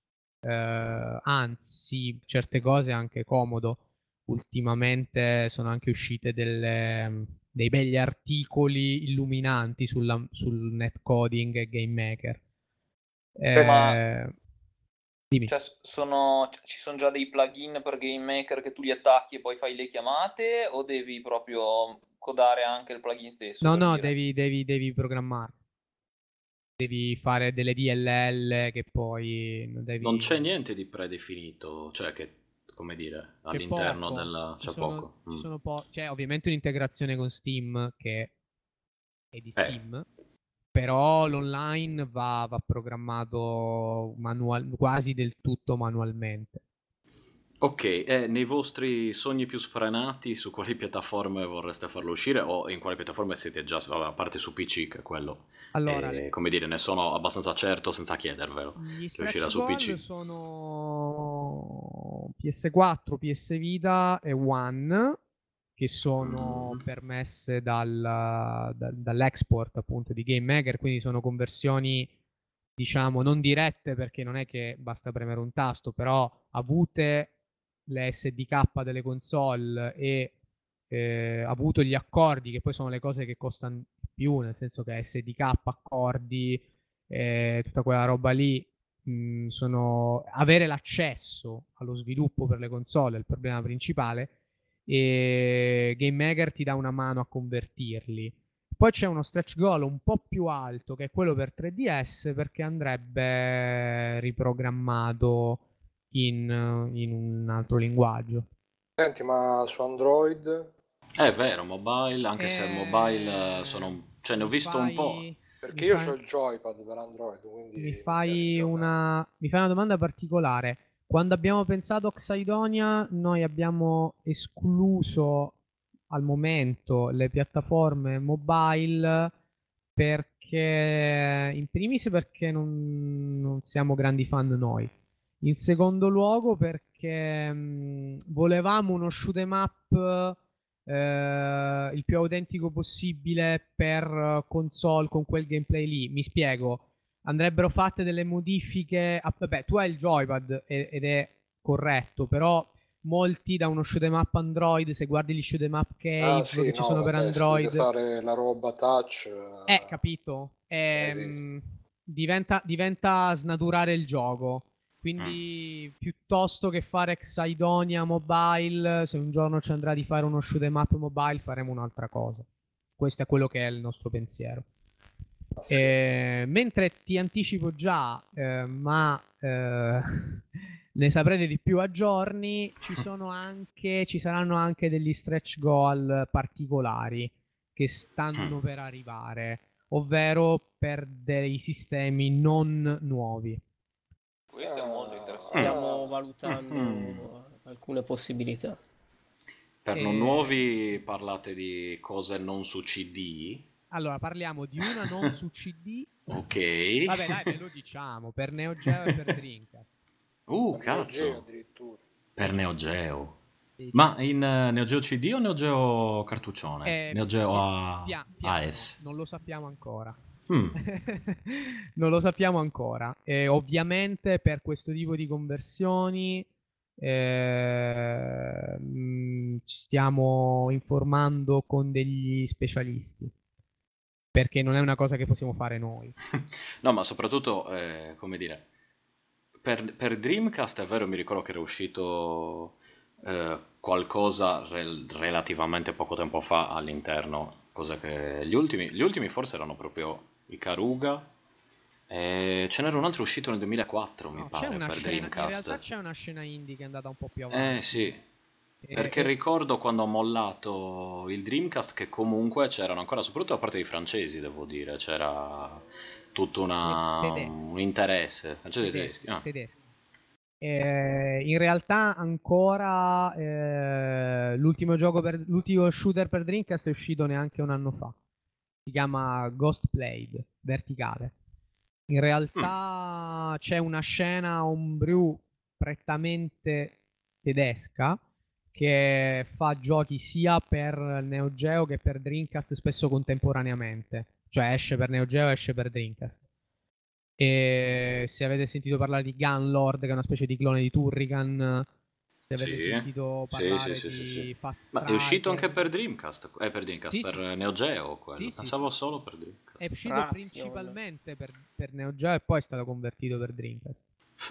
Anzi, certe cose è anche comodo. Ultimamente sono anche uscite dei begli articoli illuminanti sul netcoding e game maker. Ma Dimmi. cioè, ci sono già dei plugin per Game Maker che tu li attacchi e poi fai le chiamate, o devi proprio codare anche il plugin stesso, per No, dire? devi programmare. Devi fare delle DLL che poi Non c'è niente di predefinito, cioè che, come dire, C'è all'interno poco. del... Ci c'è sono, poco. ci sono c'è ovviamente un'integrazione con Steam che è di Steam, però l'online va programmato quasi del tutto manualmente. Ok, nei vostri sogni più sfrenati su quali piattaforme vorreste farlo uscire o in quali piattaforme siete già, vabbè, a parte su PC che è quello, Allora, come dire, ne sono abbastanza certo senza chiedervelo, gli che uscirà stretch su goal PC. sono PS4, PS Vita e One, che sono permesse dall'export appunto di Game Maker, quindi sono conversioni, diciamo, non dirette perché non è che basta premere un tasto, però avute le SDK delle console e avuto gli accordi, che poi sono le cose che costano di più, nel senso che SDK, accordi, tutta quella roba lì, avere l'accesso allo sviluppo per le console è il problema principale, e Game Maker ti dà una mano a convertirli. Poi c'è uno stretch goal un po' più alto, che è quello per 3DS, perché andrebbe riprogrammato in un altro linguaggio. Senti, ma su Android? È vero, mobile, anche se il mobile cioè ne ho Mi visto un po'. fai, mi Perché io ho fai, il joypad per Android, quindi mi mi piace fai giocare. mi fai una domanda particolare. Quando abbiamo pensato a Xidonia, noi abbiamo escluso al momento le piattaforme mobile perché, in primis, perché non siamo grandi fan noi. In secondo luogo, perché volevamo uno shoot 'em up il più autentico possibile per console con quel gameplay lì. Mi spiego, andrebbero fatte delle modifiche. Vabbè, tu hai il joypad ed è corretto, però molti da uno shoot 'em up Android, se guardi gli shoot 'em up Ah cave sì, che ci no, sono per vabbè, si deve Android, fare la roba touch, capito? non esiste. Diventa snaturare il gioco. Quindi, piuttosto che fare Xidonia mobile, se un giorno ci andrà di fare uno shoot 'em up mobile, faremo un'altra cosa. Questo è quello che è il nostro pensiero. Ah, sì. Mentre ti anticipo già, ma ne saprete di più a giorni, ci saranno anche degli stretch goal particolari che stanno per arrivare, ovvero per dei sistemi non nuovi. Questo è molto interessante. Stiamo valutando alcune possibilità. Per non nuovi parlate di cose non su CD? Allora, parliamo di una non su CD. Ok. Vabbè, dai, ve lo diciamo, per Neo Geo e per Dreamcast. Per Neo Geo Cazzo. addirittura. Per Neo Geo. Ma in Neo Geo CD o Neo Geo cartuccione? Neo Geo AS? Non lo sappiamo ancora. Mm. Non lo sappiamo ancora. Ovviamente per questo tipo di conversioni ci stiamo informando con degli specialisti, perché non è una cosa che possiamo fare noi. No, ma soprattutto, come dire, per Dreamcast è vero, mi ricordo che era uscito qualcosa relativamente poco tempo fa all'interno, cosa che gli ultimi forse erano proprio i Karuga, e ce n'era un altro uscito nel 2004 mi pare per Dreamcast. In realtà c'è una scena indie che è andata un po' più avanti. Sì, perché ricordo quando ho mollato il Dreamcast che comunque c'erano ancora, soprattutto da parte dei francesi, devo dire, c'era tutto un interesse. Tedeschi. In realtà ancora l'ultimo shooter per Dreamcast è uscito neanche un anno fa. Si chiama Ghost Blade Verticale. In realtà c'è una scena homebrew prettamente tedesca che fa giochi sia per Neo Geo che per Dreamcast spesso contemporaneamente. Cioè esce per Neo Geo e esce per Dreamcast. E se avete sentito parlare di Gunlord, che è una specie di clone di Turrican, se avete sentito parlare di Fast Striker. Ma è uscito anche per Dreamcast, per Neo Geo quello. Pensavo solo per Dreamcast. È uscito principalmente per Neo Geo e poi è stato convertito per Dreamcast.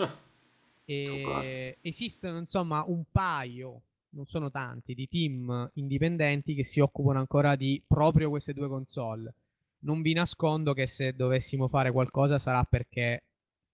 E esistono insomma un paio, non sono tanti, di team indipendenti che si occupano ancora di proprio queste due console. Non vi nascondo che se dovessimo fare qualcosa sarà perché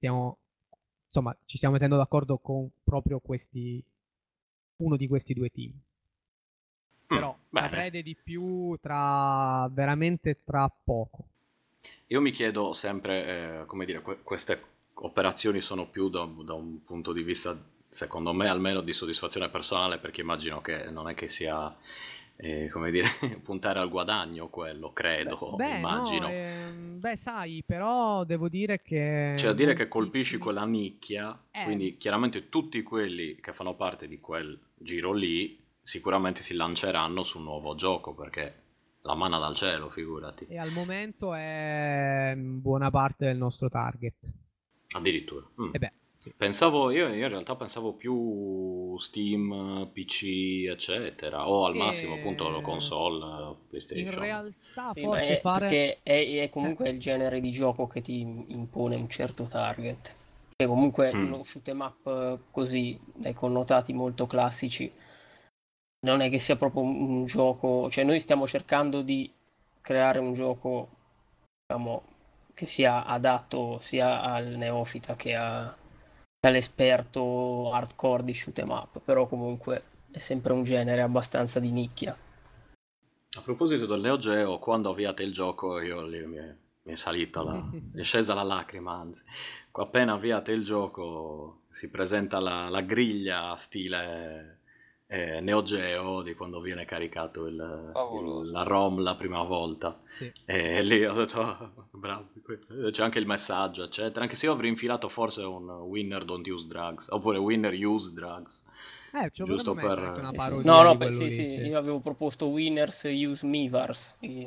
ci stiamo mettendo d'accordo con proprio uno di questi due team. Però saprete di più veramente tra poco. Io mi chiedo sempre, come dire, queste operazioni sono più da un punto di vista, secondo me, almeno di soddisfazione personale, perché immagino che non è che sia... come dire, puntare al guadagno quello, credo, immagino. Sai, però devo dire che... C'è da dire che colpisci quella nicchia, quindi chiaramente tutti quelli che fanno parte di quel giro lì sicuramente si lanceranno su un nuovo gioco, perché la manna dal cielo, figurati. E al momento è buona parte del nostro target. Addirittura. Sì. Io in realtà pensavo più Steam, PC, eccetera, o al massimo appunto console, PlayStation. In realtà forse perché è comunque il genere di gioco che ti impone un certo target. Che comunque uno shoot 'em up così, dai connotati molto classici, non è che sia proprio un gioco, cioè noi stiamo cercando di creare un gioco, diciamo, che sia adatto sia al neofita che all'esperto hardcore di shoot 'em up, però comunque è sempre un genere abbastanza di nicchia. A proposito del Neo Geo, quando avviate il gioco io lì mi è salita mi è scesa la lacrima, anzi. Appena avviate il gioco si presenta la griglia stile Neo Geo di quando viene caricato la ROM la prima volta. Sì. E lì ho detto bravo, c'è anche il messaggio eccetera, anche se io avrei infilato forse un winner don't use drugs oppure winner use drugs, giusto per una parodia sì, io avevo proposto winners use mivars mi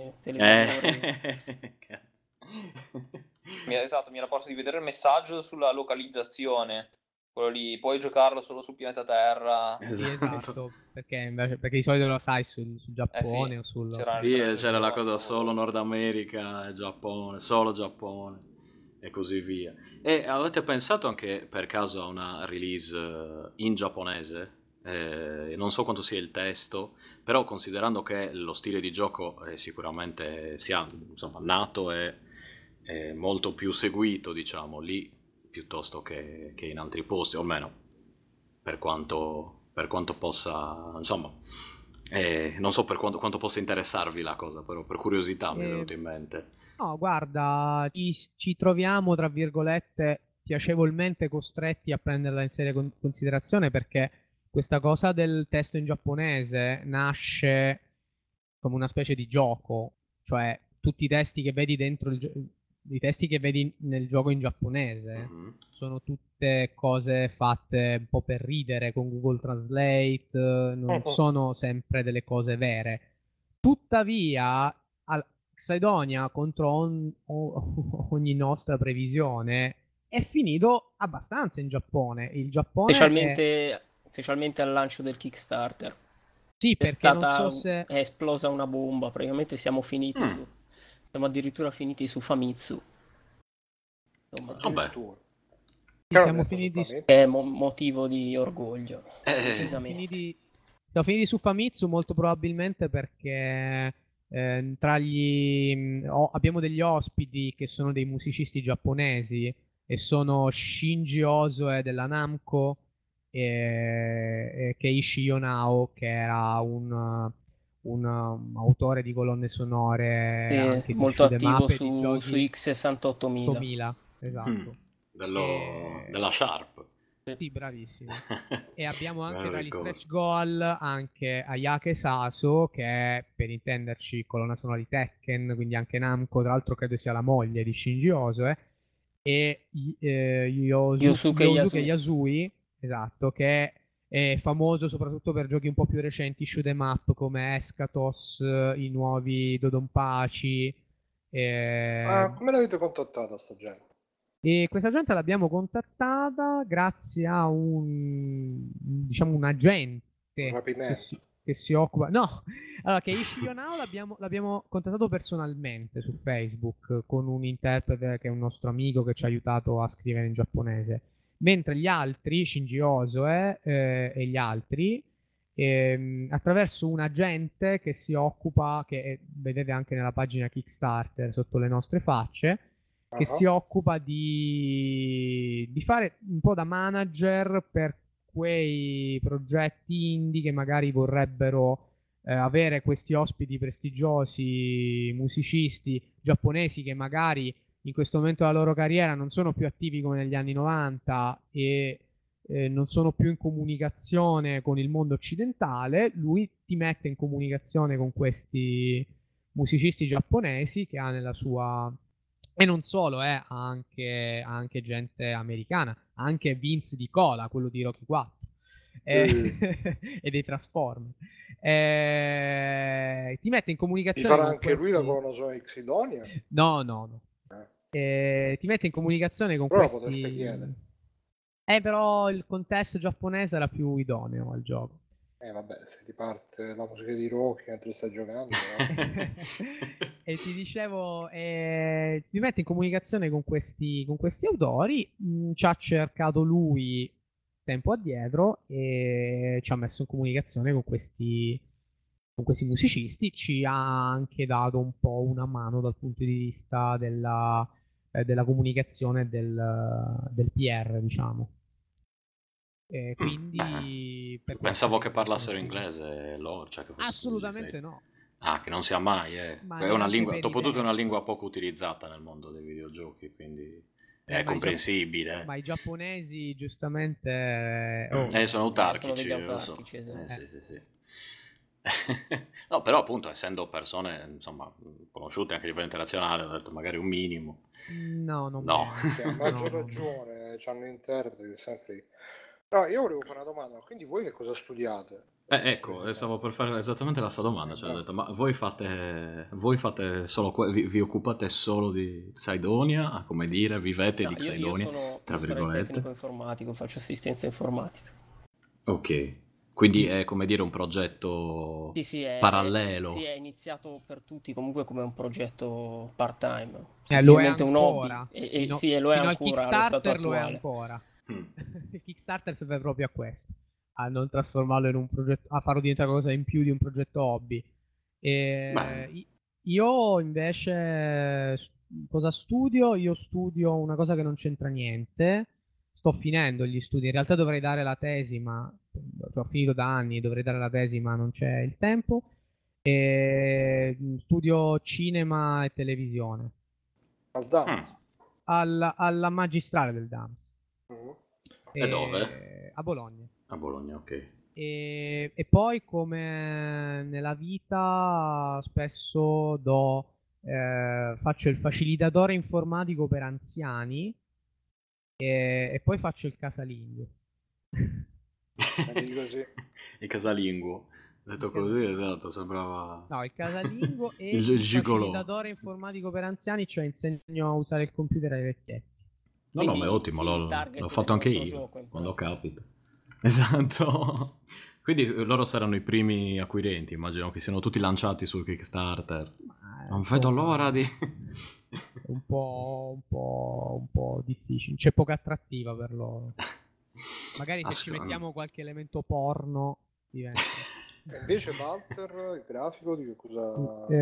era posto di vedere il messaggio sulla localizzazione. Quello lì, puoi giocarlo solo sul pianeta Terra. Esatto, perché di solito lo sai sul Giappone o sul... c'era la cosa solo Nord America e Giappone, solo Giappone e così via. E avete pensato anche per caso a una release in giapponese? Non so quanto sia il testo, però considerando che lo stile di gioco sicuramente sia nato e molto più seguito, diciamo, lì piuttosto che in altri posti, o almeno per quanto possa, insomma, non so per quanto possa interessarvi la cosa, però per curiosità mi è venuto in mente. No, guarda, ci troviamo, tra virgolette, piacevolmente costretti a prenderla in seria considerazione, perché questa cosa del testo in giapponese nasce come una specie di gioco, cioè tutti i testi che vedi dentro i testi che vedi nel gioco in giapponese sono tutte cose fatte un po' per ridere con Google Translate, non sono sempre delle cose vere. Tuttavia, Xidonia, contro ogni nostra previsione, è finito abbastanza in Giappone. Il Giappone specialmente al lancio del Kickstarter. Sì, perché non so se... È esplosa una bomba, praticamente siamo finiti siamo addirittura finiti su Famitsu. Vabbè. siamo finiti su... È motivo di orgoglio. Siamo finiti su Famitsu molto probabilmente perché abbiamo degli ospiti che sono dei musicisti giapponesi e sono Shinji Osoe della Namco e Keiichi Yonao, che era un autore di colonne sonore anche molto di attivo su su X68000. 8000, esatto. Della Sharp. Sì, bravissimo. E abbiamo anche Bello tra gli ricordo. stretch goal anche Ayake Saso, che è, per intenderci, colonna sonora di Tekken, quindi anche Namco, tra l'altro credo sia la moglie di Shinji Osoe, e Yosuke Yasui, esatto, che è famoso soprattutto per giochi un po' più recenti, shoot 'em up come Eschatos, i nuovi Dodonpachi. Come l'avete contattata sta gente? E questa gente l'abbiamo contattata grazie a un agente che si occupa. No, allora, Keiichi Yonao l'abbiamo contattato personalmente su Facebook con un interprete che è un nostro amico che ci ha aiutato a scrivere in giapponese. Mentre gli altri, Shinji Osoe e gli altri, attraverso un agente che si occupa, che vedete anche nella pagina Kickstarter sotto le nostre facce, che si occupa di fare un po' da manager per quei progetti indie che magari vorrebbero avere questi ospiti prestigiosi, musicisti giapponesi che magari in questo momento della loro carriera non sono più attivi come negli anni 90 e non sono più in comunicazione con il mondo occidentale. Lui ti mette in comunicazione con questi musicisti giapponesi che ha nella sua... E non solo, ha anche gente americana, anche Vince Di Cola, quello di Rocky 4 e dei Transformers. Ti mette in comunicazione. Ci sarà anche lui la colonna sonora di Xidonia? No. Ti mette in comunicazione con però questi... potreste chiedere. Però il contesto giapponese era più idoneo al gioco. Vabbè, se ti parte la musica di Rocky mentre stai giocando, no? E ti dicevo, ti mette in comunicazione con questi autori. Ci ha cercato lui tempo addietro e ci ha messo in comunicazione con questi musicisti. Ci ha anche dato un po' una mano dal punto di vista della comunicazione del PR, diciamo. Quindi pensavo che parlassero inglese loro, cioè che assolutamente no. Che non sia mai è una lingua, dopotutto è una lingua poco utilizzata nel mondo dei videogiochi, quindi è comprensibile. Ma i giapponesi giustamente sono autarchici, lo so. Sì. No, però appunto essendo persone insomma conosciute anche a livello internazionale, ho detto magari un minimo. No. A maggior ragione c'hanno interpreti sempre. No, io volevo fare una domanda, quindi voi che cosa studiate? Ecco, stavo per fare esattamente la stessa domanda, cioè ho detto, ma voi fate solo vi occupate solo di Xidonia, come dire, vivete di Xidonia, tra virgolette? Tecnico informatico, faccio assistenza informatica. Ok, quindi è come dire un progetto parallelo. Sì, è iniziato per tutti comunque come un progetto part-time. Lo è un ancora. hobby. Sì, lo è ancora. Al Kickstarter lo è ancora. Il Kickstarter serve proprio a questo, a non trasformarlo in un progetto, a farlo diventare qualcosa in più di un progetto hobby. Io invece cosa studio? Io studio una cosa che non c'entra niente. Sto finendo gli studi, in realtà dovrei dare la tesi, ma ho finito da anni, dovrei dare la tesi, ma non c'è il tempo. Studio cinema e televisione al DAMS, alla magistrale del DAMS. E dove? A Bologna. A Bologna, ok. E poi, come nella vita, spesso faccio il facilitatore informatico per anziani e poi faccio il casalingo. Così. Il casalingo. Detto così, esatto, sembrava... No, il casalingo e il facilitatore informatico per anziani, cioè insegno a usare il computer ai vecchietti. No, ma è ottimo, l'ho fatto anche io, quando capita. Esatto. Quindi loro saranno i primi acquirenti, immagino che siano tutti lanciati sul Kickstarter. Non vedo l'ora di... un po' difficile, c'è poca attrattiva per loro. Magari se ci mettiamo qualche elemento porno diventa. E invece Walter, il grafico, di che cosa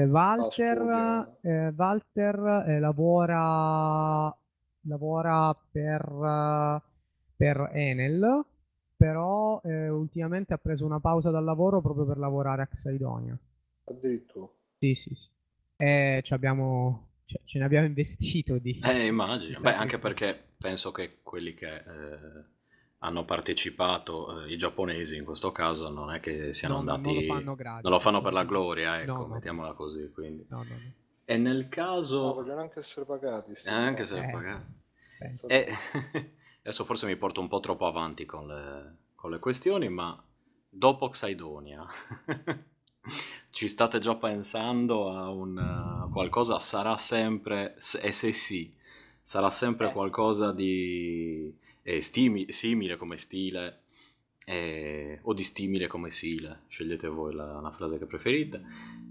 Walter lavora per Enel, però ultimamente ha preso una pausa dal lavoro proprio per lavorare a Xaidonia. Addirittura. Sì. Ce ne abbiamo investito di... Immagino. Beh, anche perché penso che quelli che hanno partecipato, i giapponesi in questo caso, non è che siano andati... Non lo fanno gratis. Non lo fanno per la gloria, ecco, No. mettiamola così, quindi. No. E nel caso... No, vogliono anche essere pagati. Sì, anche essere pagati. Adesso forse mi porto un po' troppo avanti con le questioni, ma dopo Xaidonia... Ci state già pensando a un qualcosa? Sarà sempre, e se sì, sarà sempre qualcosa di simile come stile o dissimile come stile, scegliete voi la frase che preferite,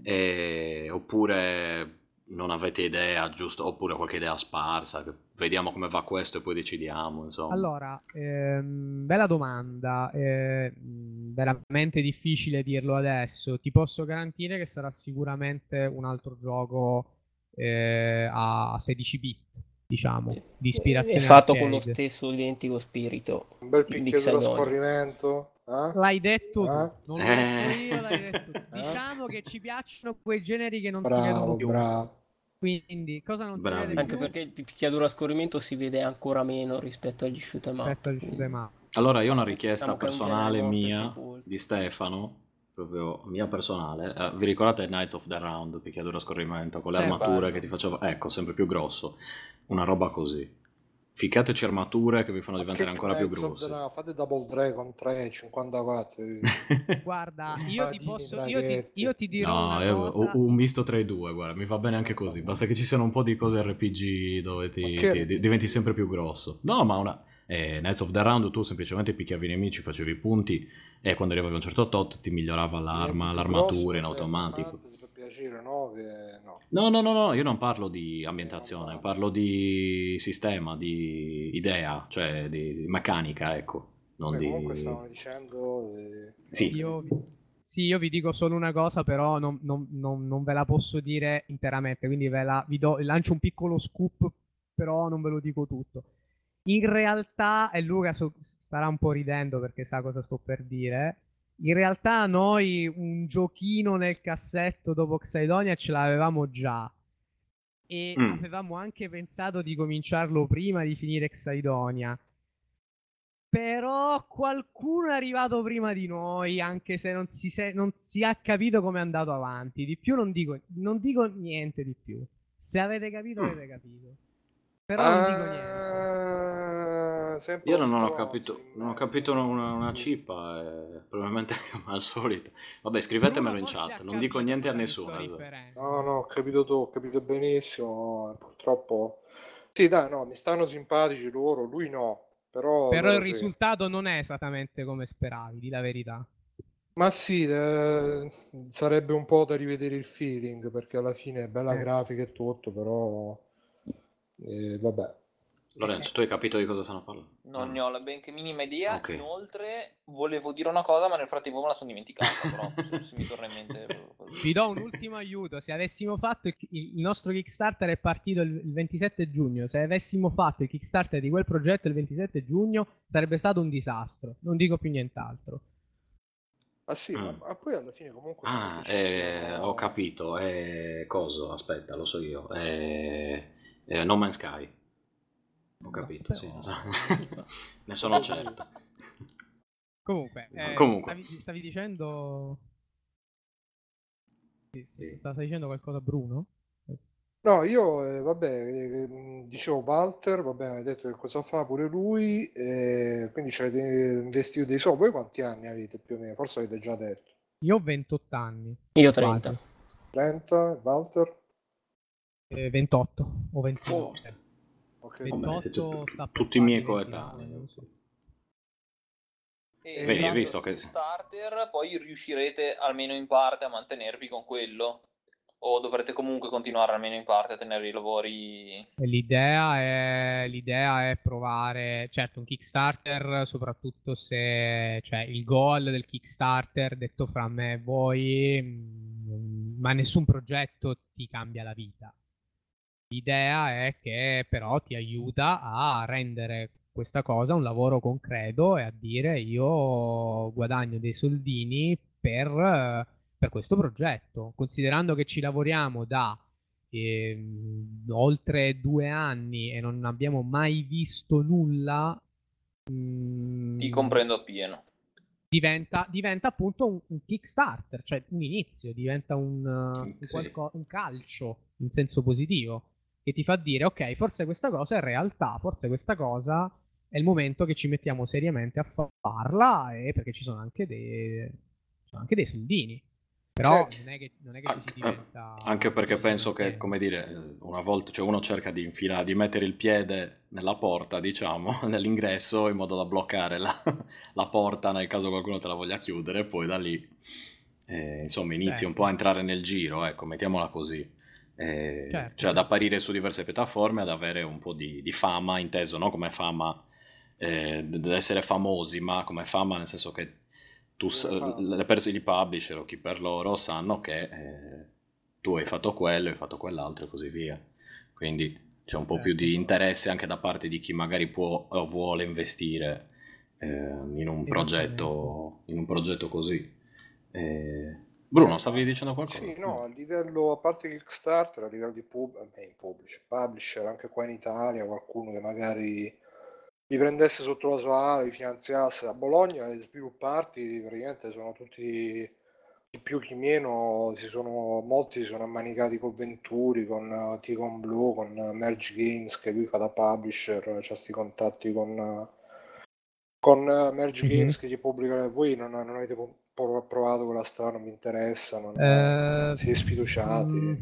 oppure non avete idea, giusto, oppure qualche idea sparsa, che vediamo come va questo e poi decidiamo, insomma. Allora, bella domanda, veramente difficile dirlo adesso. Ti posso garantire che sarà sicuramente un altro gioco a 16 bit, diciamo, di ispirazione è fatto arcade. con lo stesso identico spirito. Un bel picchietto da scorrimento. L'hai detto tu, non l'ho detto io, l'hai detto tu. Eh? Diciamo che ci piacciono quei generi che non si vedono più. Bravo. Quindi, cosa non si vede Anche più? perché il picchiaduro a scorrimento si vede ancora meno rispetto agli shoot 'em up. Allora, io ho una richiesta Diciamo che è un personale genere morto e mia, sepolto. di Stefano, proprio mia personale. Vi ricordate Knights of the Round, picchiaduro a scorrimento, con le armature bello. che ti faceva... Ecco, sempre più grosso. Una roba così. Ficcateci armature che vi fanno diventare ancora più grosse. Fate Double Dragon 3, 54. Guarda, io ti dirò No, una cosa. un misto tra i due, guarda, mi va bene anche così. Basta che ci siano un po' di cose RPG dove diventi sempre più grosso. No, ma Knights of the Round tu semplicemente picchiavi i nemici, facevi i punti e quando arrivavi a un certo tot ti migliorava l'armatura in automatico. Piacere, no? No, io non parlo di ambientazione, parlo di sistema, di idea, cioè di meccanica, ecco. Comunque stavano dicendo... Sì. Io vi dico solo una cosa, però non ve la posso dire interamente, quindi lancio un piccolo scoop, però non ve lo dico tutto. In realtà, e Luca starà un po' ridendo perché sa cosa sto per dire, in realtà noi un giochino nel cassetto dopo Xaidonia ce l'avevamo già e avevamo anche pensato di cominciarlo prima di finire Xaidonia. Però qualcuno è arrivato prima di noi, anche se non si è capito come è andato avanti. Di più non dico niente di più. Se avete capito, avete capito. Però non dico niente. Io non ho capito una cippa, probabilmente come al solito. Vabbè, scrivetemelo in chat, non dico niente a nessuno. No, ho capito tu, ho capito benissimo. Purtroppo... Sì, dai, no, mi stanno simpatici loro, lui no. Però il risultato non è esattamente come speravi, di la verità. Ma sì, sarebbe un po' da rivedere il feeling, perché alla fine è bella grafica e tutto, però vabbè. Lorenzo, tu hai capito di cosa stanno parlando? Non ne ho la benché minima idea. Okay. Inoltre volevo dire una cosa, ma nel frattempo me la sono dimenticata, però se mi torna in mente. Vi do un ultimo aiuto. Se avessimo fatto il nostro Kickstarter è partito il 27 giugno. Se avessimo fatto il Kickstarter di quel progetto il 27 giugno sarebbe stato un disastro. Non dico più nient'altro. Ah sì, ma poi alla fine comunque... ho capito. Coso? Aspetta, lo so io. No Man's Sky. Ho capito, sì. Ne sono certo. Comunque. Stavi dicendo... Stavi dicendo qualcosa, Bruno? No, io, dicevo Walter, hai detto che cosa fa pure lui, quindi ci avete investito dei soldi. Voi quanti anni avete più o meno? Forse avete già detto. Io ho 28 anni. Io 30. 30, Walter? 28 o 29. Okay. 28 tutti i miei coetanei. Vedi, hai visto che starter, poi riuscirete almeno in parte a mantenervi con quello. o dovrete comunque continuare almeno in parte a tenere i lavori? L'idea è provare, certo, un Kickstarter, soprattutto se, cioè, il goal del Kickstarter, detto fra me e voi, ma nessun progetto ti cambia la vita. L'idea è che però ti aiuta a rendere questa cosa un lavoro concreto e a dire io guadagno dei soldini per questo progetto, considerando che ci lavoriamo da oltre 2 anni e non abbiamo mai visto nulla. Ti comprendo appieno. Diventa appunto un Kickstarter, cioè un inizio, diventa Sì. un calcio in senso positivo, che ti fa dire ok, forse questa cosa è realtà, forse questa cosa è il momento che ci mettiamo seriamente a farla, e perché ci sono anche dei soldini. Però Senti, non è che ci si diventa... Anche perché ci si penso che, mantiene. come dire, una volta, cioè uno cerca di infilare, di mettere il piede nella porta, diciamo, nell'ingresso, in modo da bloccare la porta nel caso qualcuno te la voglia chiudere, e poi da lì, insomma, inizi un po' a Certo, entrare nel giro, ecco, mettiamola così. certo, Cioè ad certo. apparire su diverse piattaforme, ad avere un po' di fama, inteso, no? Come fama, ad essere famosi, ma come fama nel senso che come fa? le persone, i publisher o chi per loro sanno che tu hai fatto quello, hai fatto quell'altro e così via. Quindi c'è un po' più Certo. di interesse anche da parte di chi magari può o vuole investire Esattamente. in un progetto così. Bruno, Senti, stavi ma dicendo sì, qualcosa? no, a livello, a parte Kickstarter, a livello di publisher, anche qua in Italia, qualcuno che magari li prendesse sotto la sua ala, li finanziasse. A Bologna gli svilupparti praticamente sono tutti, chi più chi meno, molti si sono ammanicati con Venturi, con Ticon Blue, con Merge Games, che lui fa da publisher, c'ha questi contatti con Merge Mhm. Games che gli pubblica. Voi non avete provato quella strada, non vi interessa, Eh, siete sfiduciati,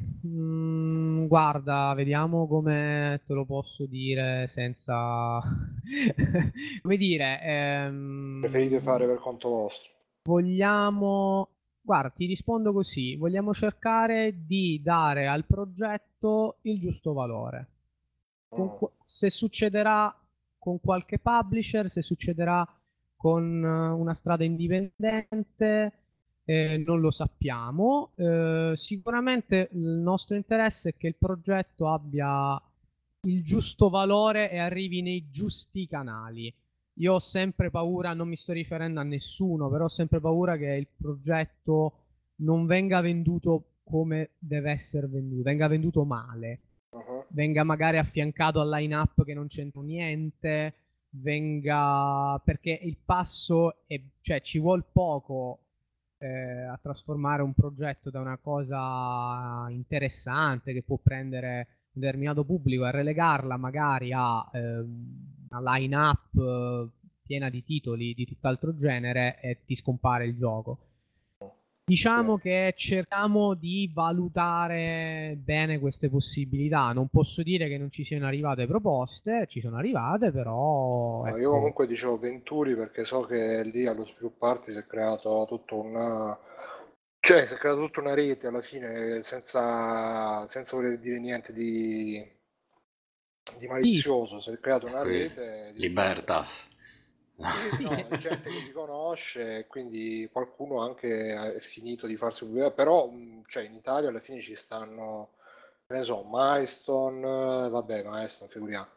guarda, vediamo come te lo posso dire senza... come dire, preferite fare per conto vostro. vogliamo... Guarda, ti rispondo così, vogliamo cercare di dare al progetto il giusto valore. Mm. Se succederà con qualche publisher, se succederà con una strada indipendente, non lo sappiamo. Sicuramente il nostro interesse è che il progetto abbia il giusto valore e arrivi nei giusti canali. Io ho sempre paura, non mi sto riferendo a nessuno, però ho sempre paura che il progetto non venga venduto come deve essere venduto, venga venduto male, Mhm. venga magari affiancato al line-up che non c'entra niente, venga... perché il passo è... cioè ci vuole poco a trasformare un progetto da una cosa interessante che può prendere un determinato pubblico e relegarla magari a una line-up piena di titoli di tutt'altro genere e ti scompare il gioco. Sì. Diciamo che cerchiamo di valutare bene queste possibilità. Non posso dire che non ci siano arrivate proposte, ci sono arrivate, però No, io ecco. comunque dicevo Venturi perché so che lì allo svilupparti si è creato tutto una... Cioè, si è creata tutta una rete alla fine senza voler dire niente di Sì, malizioso, si è creata E una qui, rete di gente. Libertas. Sì, sì, no, gente che si conosce, e quindi qualcuno anche è finito di farsi pubblicare, però cioè, in Italia alla fine ci stanno, che ne so, Milestone, vabbè, Milestone, figuriamo,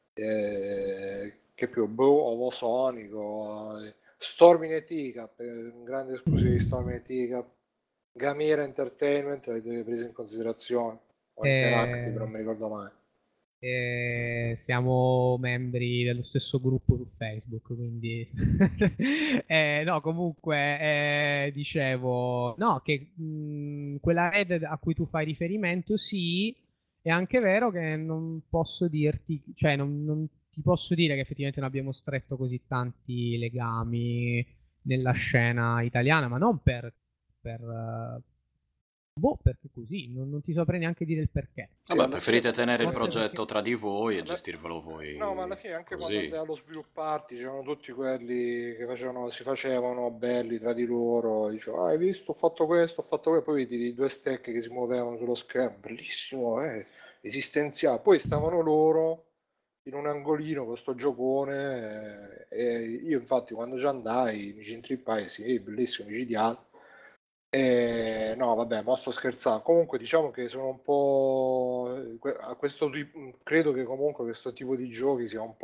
che più, boh, Ovosonico, Storm in Teacup, un grande esclusivo di Storm in Teacup, Gamera Entertainment, l'avete preso in considerazione, o Interactive, non eh, mi ricordo mai. siamo membri dello stesso gruppo su Facebook, quindi no, comunque dicevo no, che quella rete a cui tu fai riferimento, sì, è anche vero che non posso dirti, cioè non ti posso dire che effettivamente non abbiamo stretto così tanti legami nella scena italiana, ma non per Boh, perché così, non ti saprei neanche dire il perché. Vabbè, preferite tenere il forse progetto perché- tra di voi e gestirvelo voi. No, ma alla fine anche quando così. andai allo svilupparti c'erano tutti quelli che si facevano belli tra di loro, dicevo, hai visto, ho fatto questo, poi vedi i due stecche che si muovevano sullo schermo, bellissimo, esistenziale. Poi stavano loro in un angolino con sto giocone, e io infatti quando ci andai mi ci intrippai, sì, bellissimo, micidiale. No, vabbè, ma sto scherzando. Comunque, diciamo che sono un po' a credo che comunque questo tipo di giochi sia un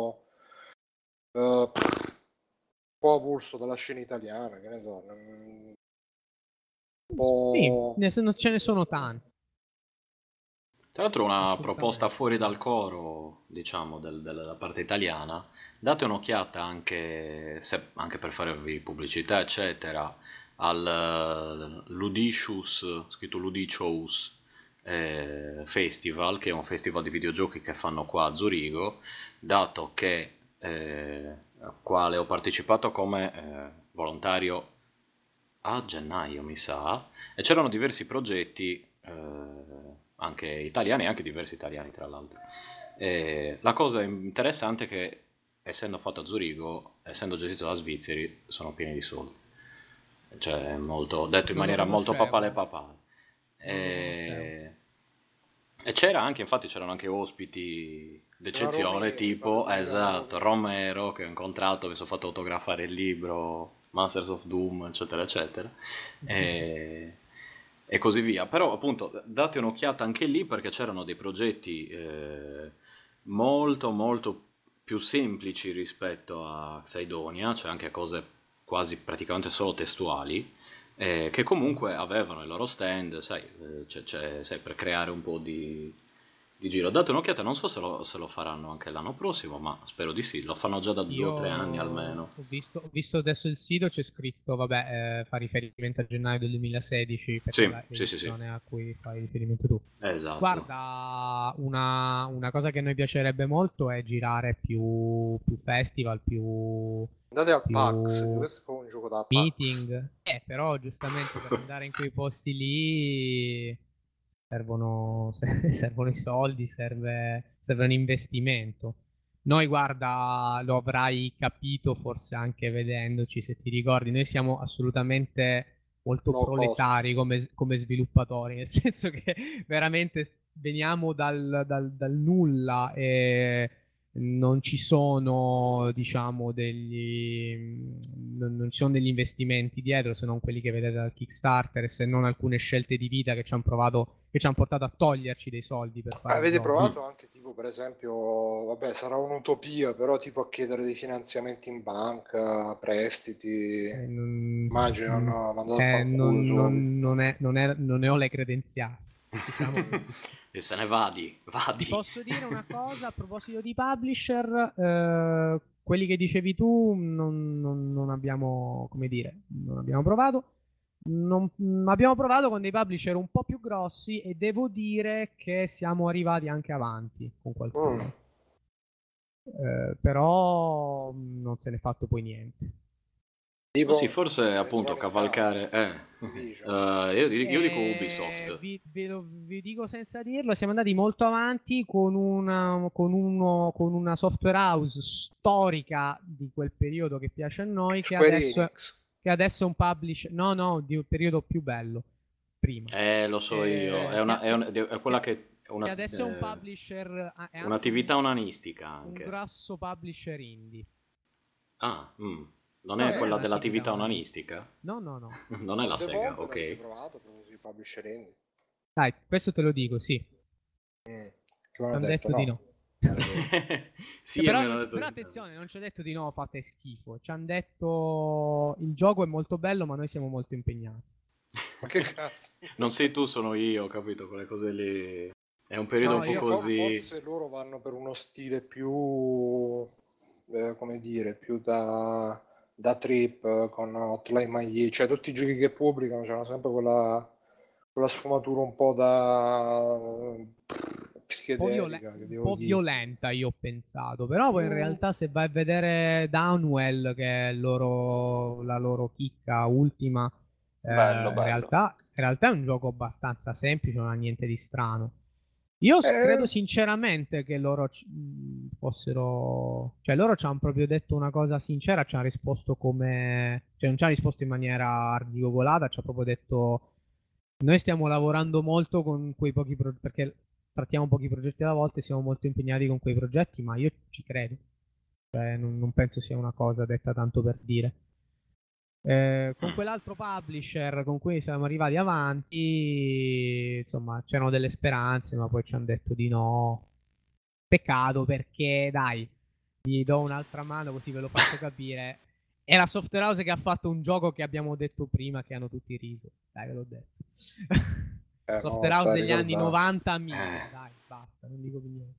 un po' avulso dalla scena italiana, che ne so. Sì, non ce ne sono tanti. Tra l'altro una Assolutamente. proposta fuori dal coro, diciamo, della parte italiana, date un'occhiata anche, anche per farvi pubblicità, eccetera, al Ludicious, scritto Ludicious Festival, che è un festival di videogiochi che fanno qua a Zurigo, dato che al quale ho partecipato come volontario a gennaio, mi sa, e c'erano diversi progetti anche italiani e anche diversi italiani, tra l'altro. E la cosa interessante è che, essendo fatto a Zurigo, essendo gestito da svizzeri, sono pieni di soldi. Cioè, è molto, detto in Non lo maniera molto conoscevo. papale papale. E c'era anche, infatti, c'erano anche ospiti d'eccezione, Romero, tipo, Vladimiro esatto, Romero, che ho incontrato, mi sono fatto autografare il libro Masters of Doom, eccetera, eccetera. E così via. Però appunto date un'occhiata anche lì, perché c'erano dei progetti molto molto più semplici rispetto a Xaidonia, cioè anche cose quasi praticamente solo testuali, che comunque avevano il loro stand, sai, sai, per creare un po' di giro. Date un'occhiata, non so se lo faranno anche l'anno prossimo, ma spero di sì, lo fanno già da 2 o 3 anni almeno. Ho visto adesso il sito, c'è scritto, vabbè, fa riferimento a gennaio del 2016, perché Sì, è la sì, sì, edizione a cui fai riferimento tu. esatto. Guarda, una cosa che a noi piacerebbe molto è girare più festival, più andate al PAX, questo è proprio un gioco da PAX. meeting. Però giustamente per andare in quei posti lì servono i soldi, serve un investimento. Noi, guarda, lo avrai capito forse anche vedendoci, se ti ricordi, noi siamo assolutamente molto Low proletari come sviluppatori, nel senso che veramente veniamo dal nulla e non ci sono, diciamo, non ci sono degli investimenti dietro, se non quelli che vedete dal Kickstarter, se non alcune scelte di vita che ci hanno portato a toglierci dei soldi per fare il Avete gioco. provato anche tipo per esempio, vabbè sarà un'utopia, però tipo a chiedere dei finanziamenti in banca, prestiti, immagino hanno mandato a fanculo. Non ne ho le credenziali, diciamo così. E se ne vadi. Ti posso dire una cosa a proposito di publisher, quelli che dicevi tu non abbiamo, come dire, non abbiamo provato. Abbiamo provato con dei publisher un po' più grossi e devo dire che siamo arrivati anche avanti con qualcuno. Però non se n'è fatto poi niente. Tipo, sì, forse appunto cavalcare. Io dico Ubisoft. Vi dico senza dirlo, siamo andati molto avanti con una software house storica di quel periodo che piace a noi, che adesso è un publisher. No, di un periodo più bello. Prima. Lo so io. È quella che. Che adesso è un publisher. È un'attività onanistica anche. Un grosso publisher indie. Non è quella dell'attività onanistica? No. Non è la Sega, ok. Avete provato proprio publisher indie? Dai, questo te lo dico, sì. Che hanno detto di no. Sì, però attenzione, non ci ha detto di no, fate schifo. Ci hanno detto il gioco è molto bello, ma noi siamo molto impegnati. Ma che cazzo? Non sei tu, sono io, capito? Quelle cose lì. È un periodo un po' così. Forse loro vanno per uno stile più come dire, più da trip con Hotline Miami, cioè tutti i giochi che pubblicano hanno sempre quella sfumatura un po' da psichedelica, un po' violenta, io ho pensato, però poi in realtà se vai a vedere Downwell, che è la loro chicca ultima, Bello, In bello. realtà è un gioco abbastanza semplice, non ha niente di strano. Io credo sinceramente che loro fossero... Cioè loro ci hanno proprio detto una cosa sincera, ci hanno risposto come... Cioè non ci hanno risposto in maniera arzigogolata, ci ha proprio detto... Noi stiamo lavorando molto con quei pochi progetti, perché trattiamo pochi progetti alla volta e siamo molto impegnati con quei progetti, ma io ci credo. Cioè non penso sia una cosa detta tanto per dire. Con quell'altro publisher con cui siamo arrivati avanti, insomma, c'erano delle speranze, ma poi ci hanno detto di no. Peccato perché, dai, gli do un'altra mano così ve lo faccio capire. È la Software House che ha fatto un gioco che abbiamo detto prima che hanno tutti riso. Dai, ve l'ho detto. Software House degli anni 90 dai, basta, non dico più niente.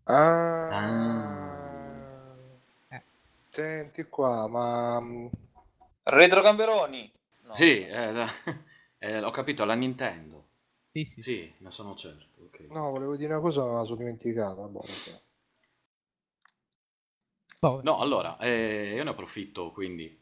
Senti qua, ma... Retro Gamberoni! No. Sì, ho capito, la Nintendo. Sì, ne sono certo. Okay. No, volevo dire una cosa, ma la sono dimenticata. No, allora, io ne approfitto, quindi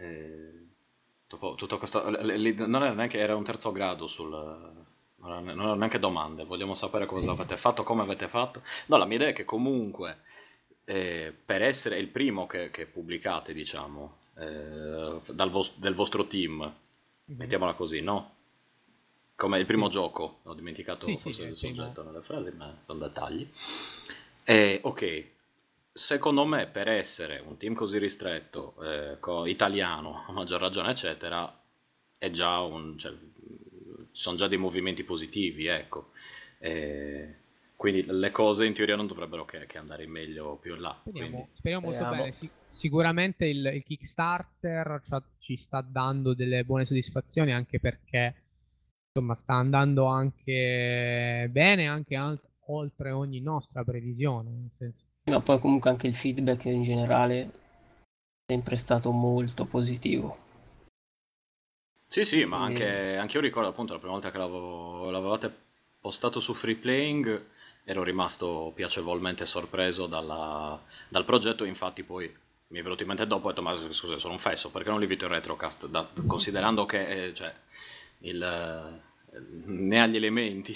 tutto questo, non era neanche, era un terzo grado non era neanche domande, vogliamo sapere cosa avete fatto, come avete fatto. No, la mia idea è che comunque, per essere il primo che pubblicate, diciamo, del vostro team, mettiamola così, no? Come il primo gioco, ho dimenticato forse il soggetto nelle frasi, ma sono dettagli. Ok, secondo me per essere un team così ristretto, italiano, a maggior ragione, eccetera, è già sono già dei movimenti positivi, ecco. Quindi le cose in teoria non dovrebbero che andare in meglio più in là. Speriamo molto bene. Sicuramente il Kickstarter ci sta dando delle buone soddisfazioni, anche perché insomma sta andando anche bene, anche oltre ogni nostra previsione. Nel senso. No, poi comunque anche il feedback in generale è sempre stato molto positivo. Sì, ma anche io ricordo appunto la prima volta che l'avevate postato su Free Playing, ero rimasto piacevolmente sorpreso dal progetto. Infatti poi mi è venuto in mente dopo e ho detto, ma scusa, sono un fesso, perché non li invito in retrocast, considerando che ne ha gli elementi.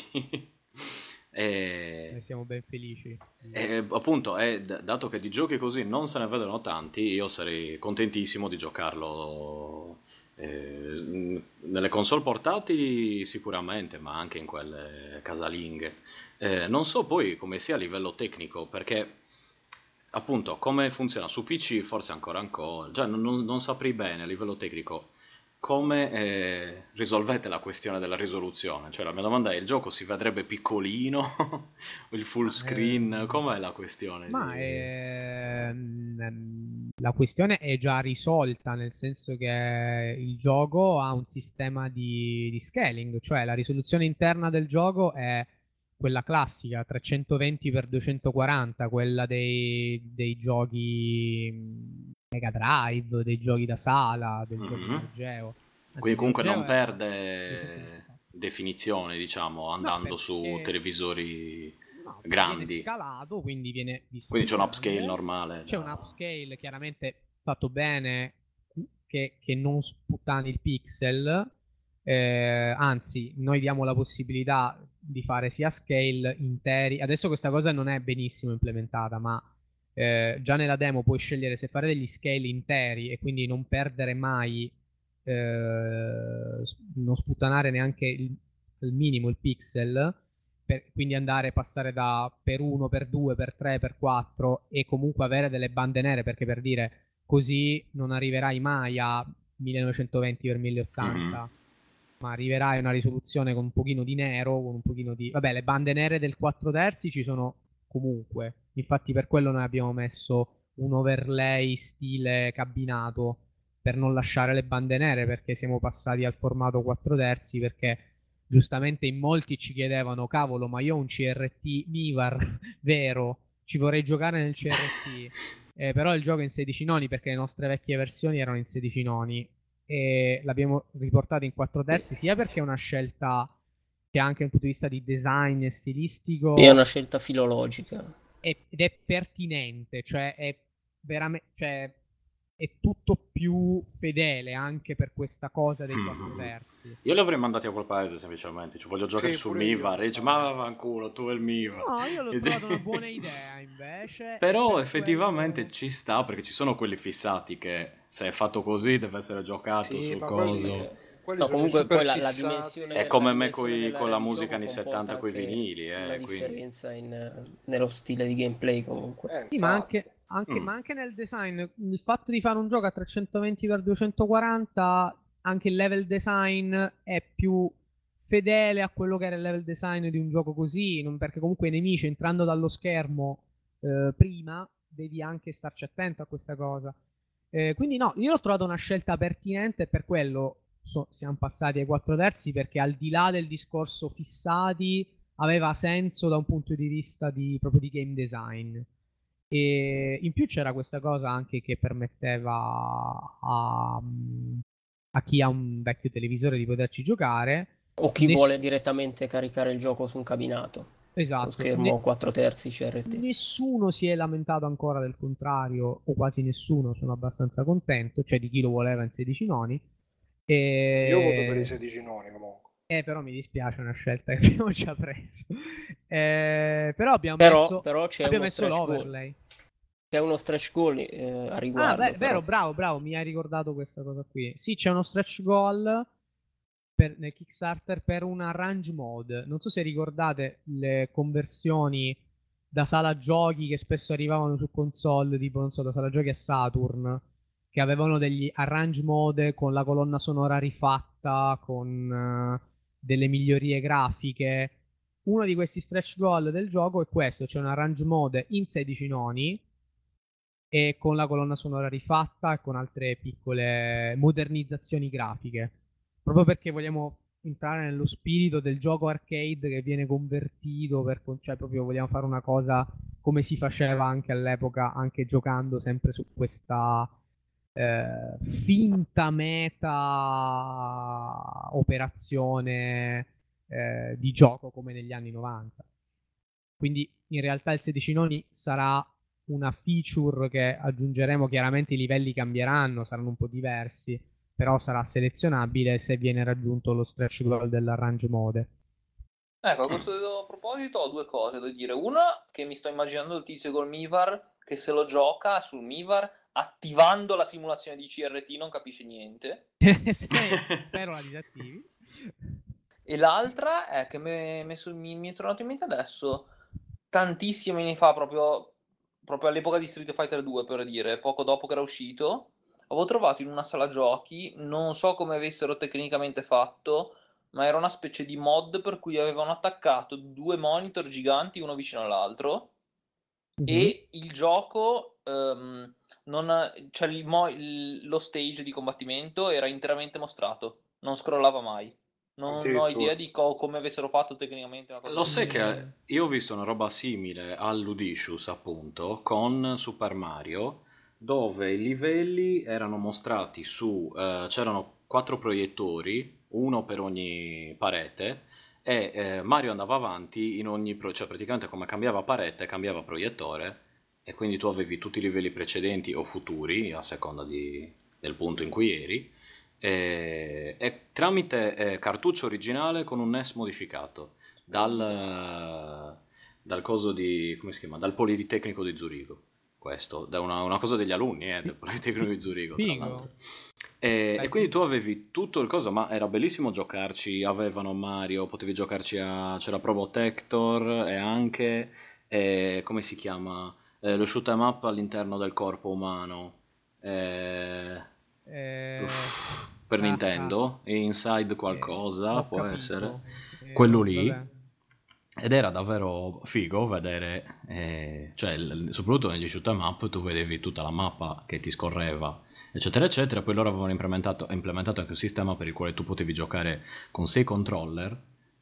Noi siamo ben felici. Appunto, dato che di giochi così non se ne vedono tanti, io sarei contentissimo di giocarlo nelle console portatili sicuramente, ma anche in quelle casalinghe. Non so poi come sia a livello tecnico, perché appunto come funziona su PC forse ancora, cioè non saprei bene a livello tecnico come risolvete la questione della risoluzione. Cioè la mia domanda è: il gioco si vedrebbe piccolino? Il full screen? Com'è la questione? La questione è già risolta, nel senso che il gioco ha un sistema di scaling, cioè la risoluzione interna del gioco è quella classica 320x240, quella dei giochi Mega Drive, dei giochi da sala, del gioco Neo Geo. Quindi comunque non perde definizione, diciamo, andando su televisori grandi. Viene scalato, quindi viene visto. Quindi c'è un upscale normale. C'è un upscale chiaramente fatto bene, che non sputtani il pixel. Anzi, noi diamo la possibilità di fare sia scale interi. Adesso questa cosa non è benissimo implementata, ma già nella demo puoi scegliere se fare degli scale interi e quindi non perdere mai, non sputtanare neanche il minimo, il pixel, quindi passare da per 1, per 2, per 3, per 4 e comunque avere delle bande nere, perché per dire così non arriverai mai a 1920x1080, ma arriverai a una risoluzione con un pochino di nero, con un pochino di... Vabbè, le bande nere del 4 terzi ci sono comunque, infatti per quello noi abbiamo messo un overlay stile cabinato per non lasciare le bande nere, perché siamo passati al formato 4 terzi, perché giustamente in molti ci chiedevano: cavolo, ma io ho un CRT Mivar vero, ci vorrei giocare nel CRT. Però il gioco è in 16 noni, perché le nostre vecchie versioni erano in 16 noni e l'abbiamo riportato in 4 terzi, sia perché è una scelta che anche dal punto di vista di design e stilistico è una scelta filologica ed è pertinente, cioè è veramente, cioè è tutto più fedele anche per questa cosa dei 4 terzi. Io li avrei mandati a quel paese semplicemente, cioè, voglio giocare sul Mivar e dici ma vaffanculo tu e il Mivar. No, io l'ho trovato una buona idea invece. Però per effettivamente quello... ci sta, perché ci sono quelli fissati che se è fatto così deve essere giocato Sì, sul ma coso. quelli No, sono comunque super poi la fissati. dimensione È come la me dimensione con dell'area la di musica gioco anni comporta 70 coi anche vinili, una quindi... differenza nello stile di gameplay comunque. Sì, ma Infatti. ma anche nel design, il fatto di fare un gioco a 320x240, anche il level design è più fedele a quello che era il level design di un gioco così, perché comunque i nemici entrando dallo schermo prima devi anche starci attento a questa cosa. Quindi no, io ho trovato una scelta pertinente e per quello siamo passati ai 4 terzi, perché al di là del discorso fissati aveva senso da un punto di vista proprio di game design. E in più c'era questa cosa anche che permetteva a chi ha un vecchio televisore di poterci giocare. O chi vuole direttamente caricare il gioco su un cabinato. Esatto. Su schermo 4 terzi CRT. Nessuno si è lamentato ancora del contrario, o quasi nessuno, sono abbastanza contento, cioè di chi lo voleva in 16 noni. Io voto per i 16 noni comunque. Però mi dispiace, è una scelta che abbiamo già preso. Però abbiamo messo l'overlay. C'è uno stretch goal a riguardo. Vero, bravo, mi hai ricordato questa cosa qui. Sì, c'è uno stretch goal nel Kickstarter per un arrange mode. Non so se ricordate le conversioni da sala giochi che spesso arrivavano su console, tipo, non so, da sala giochi a Saturn, che avevano degli arrange mode con la colonna sonora rifatta, con delle migliorie grafiche. Uno di questi stretch goal del gioco è questo, c'è un arrange mode in 16 noni e con la colonna sonora rifatta e con altre piccole modernizzazioni grafiche, proprio perché vogliamo entrare nello spirito del gioco arcade che viene convertito cioè proprio vogliamo fare una cosa come si faceva anche all'epoca, anche giocando sempre su questa finta meta operazione di gioco come negli anni 90. Quindi in realtà il 16 noni sarà una feature che aggiungeremo, chiaramente i livelli cambieranno, saranno un po' diversi, però sarà selezionabile se viene raggiunto lo stretch goal dell'arrange mode. Ecco, a questo proposito ho 2 cose da dire. Una, che mi sto immaginando il tizio col Mivar che se lo gioca sul Mivar attivando la simulazione di CRT non capisce niente. Spero la disattivi. E l'altra è che mi è tornato in mente adesso, tantissimi anni fa, proprio all'epoca di Street Fighter 2, per dire, poco dopo che era uscito, avevo trovato in una sala giochi, non so come avessero tecnicamente fatto, ma era una specie di mod per cui avevano attaccato 2 monitor giganti uno vicino all'altro e il gioco, cioè lo stage di combattimento era interamente mostrato, non scrollava mai. Non ho idea di come avessero fatto tecnicamente una cosa. Lo sai che io ho visto una roba simile all'Udicious, appunto, con Super Mario, dove i livelli erano mostrati c'erano 4 proiettori, uno per ogni parete, e Mario andava avanti in ogni cioè praticamente come cambiava parete cambiava proiettore, e quindi tu avevi tutti i livelli precedenti o futuri a seconda del punto in cui eri, e tramite cartuccio originale con un NES modificato dal coso di, come si chiama, dal Politecnico di Zurigo. Questo da una cosa degli alunni del Politecnico di Zurigo, tra l'altro. E quindi tu avevi tutto il coso, ma era bellissimo giocarci. Avevano Mario, potevi giocarci c'era Probotector e anche come si chiama, lo shoot 'em up all'interno del corpo umano, per Nintendo, Inside qualcosa può essere quello lì. Vabbè. Ed era davvero figo vedere, cioè soprattutto negli shoot 'em up tu vedevi tutta la mappa che ti scorreva, eccetera eccetera. Poi loro avevano implementato anche un sistema per il quale tu potevi giocare con 6 controller,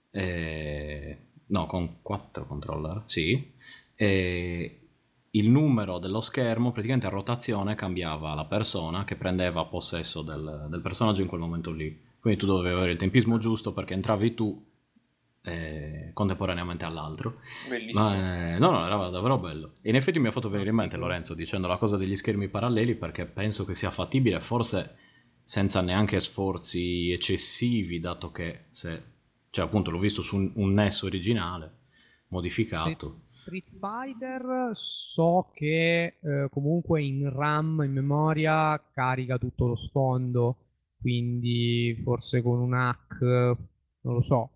no, con 4 controller, sì, e il numero dello schermo praticamente a rotazione cambiava la persona che prendeva possesso del personaggio in quel momento lì. Quindi tu dovevi avere il tempismo giusto perché entravi tu contemporaneamente all'altro. Bellissimo. Ma no, era davvero bello. E in effetti mi ha fatto venire in mente Lorenzo dicendo la cosa degli schermi paralleli, perché penso che sia fattibile, forse senza neanche sforzi eccessivi, dato che cioè appunto l'ho visto su un NES originale modificato. Street Fighter so che comunque in RAM, in memoria, carica tutto lo sfondo, quindi forse con un hack, non lo so,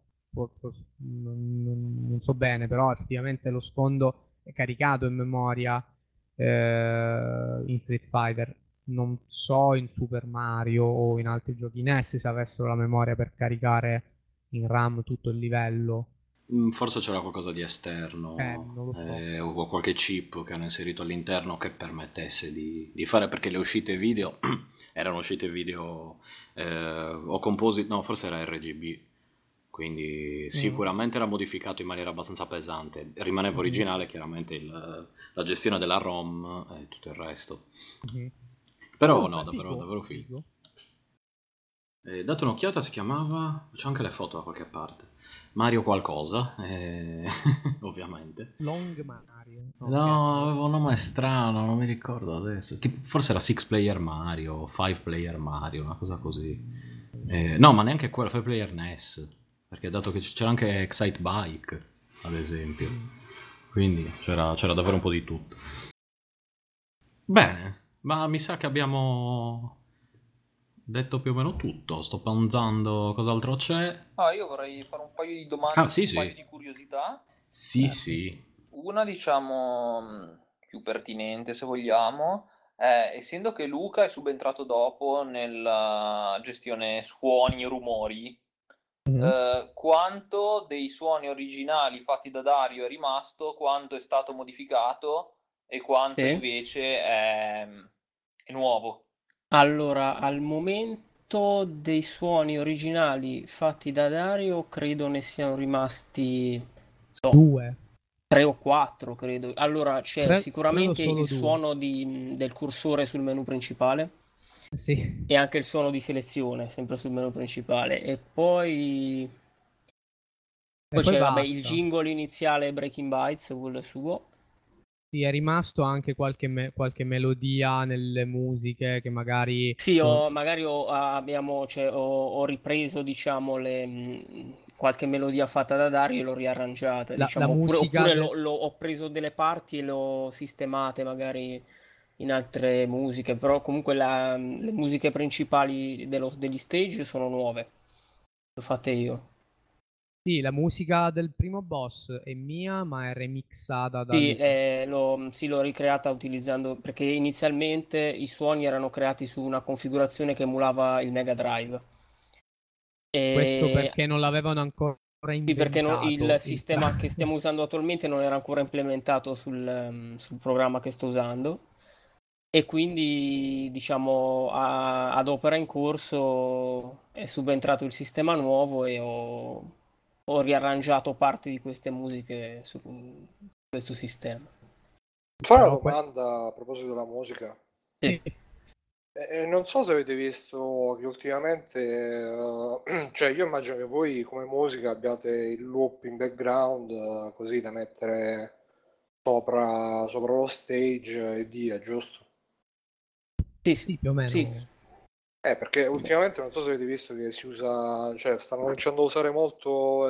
non so bene, però effettivamente lo sfondo è caricato in memoria in Street Fighter. Non so in Super Mario o in altri giochi NES se avessero la memoria per caricare in RAM tutto il livello. Forse c'era qualcosa di esterno, non lo so. o qualche chip che hanno inserito all'interno che permettesse di fare, perché le uscite video erano uscite video o composite, no, forse era RGB, quindi sicuramente era modificato in maniera abbastanza pesante. Rimaneva originale chiaramente la gestione della ROM e tutto il resto. Però no, davvero figo. Date un'occhiata, si chiamava, c'ho anche le foto da qualche parte, Mario qualcosa, ovviamente. Long Mario. No, aveva un nome strano, non mi ricordo adesso. Forse era 6 player Mario, 5 player Mario, una cosa così. No, ma neanche quello, 5 player NES. Perché dato che c'era anche Excite Bike, ad esempio. Quindi c'era davvero un po' di tutto. Bene, ma mi sa che abbiamo detto più o meno tutto. Sto pensando cos'altro c'è. Io vorrei fare un paio di domande, un paio di curiosità. Sì. Una, diciamo, più pertinente, se vogliamo, essendo che Luca è subentrato dopo nella gestione suoni e rumori, quanto dei suoni originali fatti da Dario è rimasto, quanto è stato modificato e quanto invece è nuovo? Allora, al momento dei suoni originali fatti da Dario credo ne siano rimasti 2. 3 o 4, credo. Allora, c'è sicuramente il suono del cursore sul menu principale. Sì. E anche il suono di selezione, sempre sul menu principale. E poi c'è il jingle iniziale Breaking Bytes, quello suo. Sì, è rimasto anche qualche melodia nelle musiche che magari... Sì, ho ripreso, diciamo, qualche melodia fatta da Dario e l'ho riarrangiata, diciamo. La musica oppure ho preso delle parti e le ho sistemate magari in altre musiche, però comunque le musiche principali degli stage sono nuove, le ho fatte io. Sì, la musica del primo boss è mia, ma è remixata da Luca. L'ho ricreata utilizzando, perché inizialmente i suoni erano creati su una configurazione che emulava il Mega Drive. Questo perché non l'avevano ancora inventato. Sì, perché il sistema che stiamo usando attualmente non era ancora implementato sul programma che sto usando. E quindi, diciamo, ad opera in corso è subentrato il sistema nuovo e ho riarrangiato parte di queste musiche su questo sistema. Fare una domanda a proposito della musica. Sì. Non so se avete visto che ultimamente, cioè io immagino che voi come musica abbiate il loop in background così da mettere sopra lo stage e via, giusto? Sì, più o meno. Sì. Perché ultimamente non so se avete visto che si usa, cioè stanno cominciando a usare molto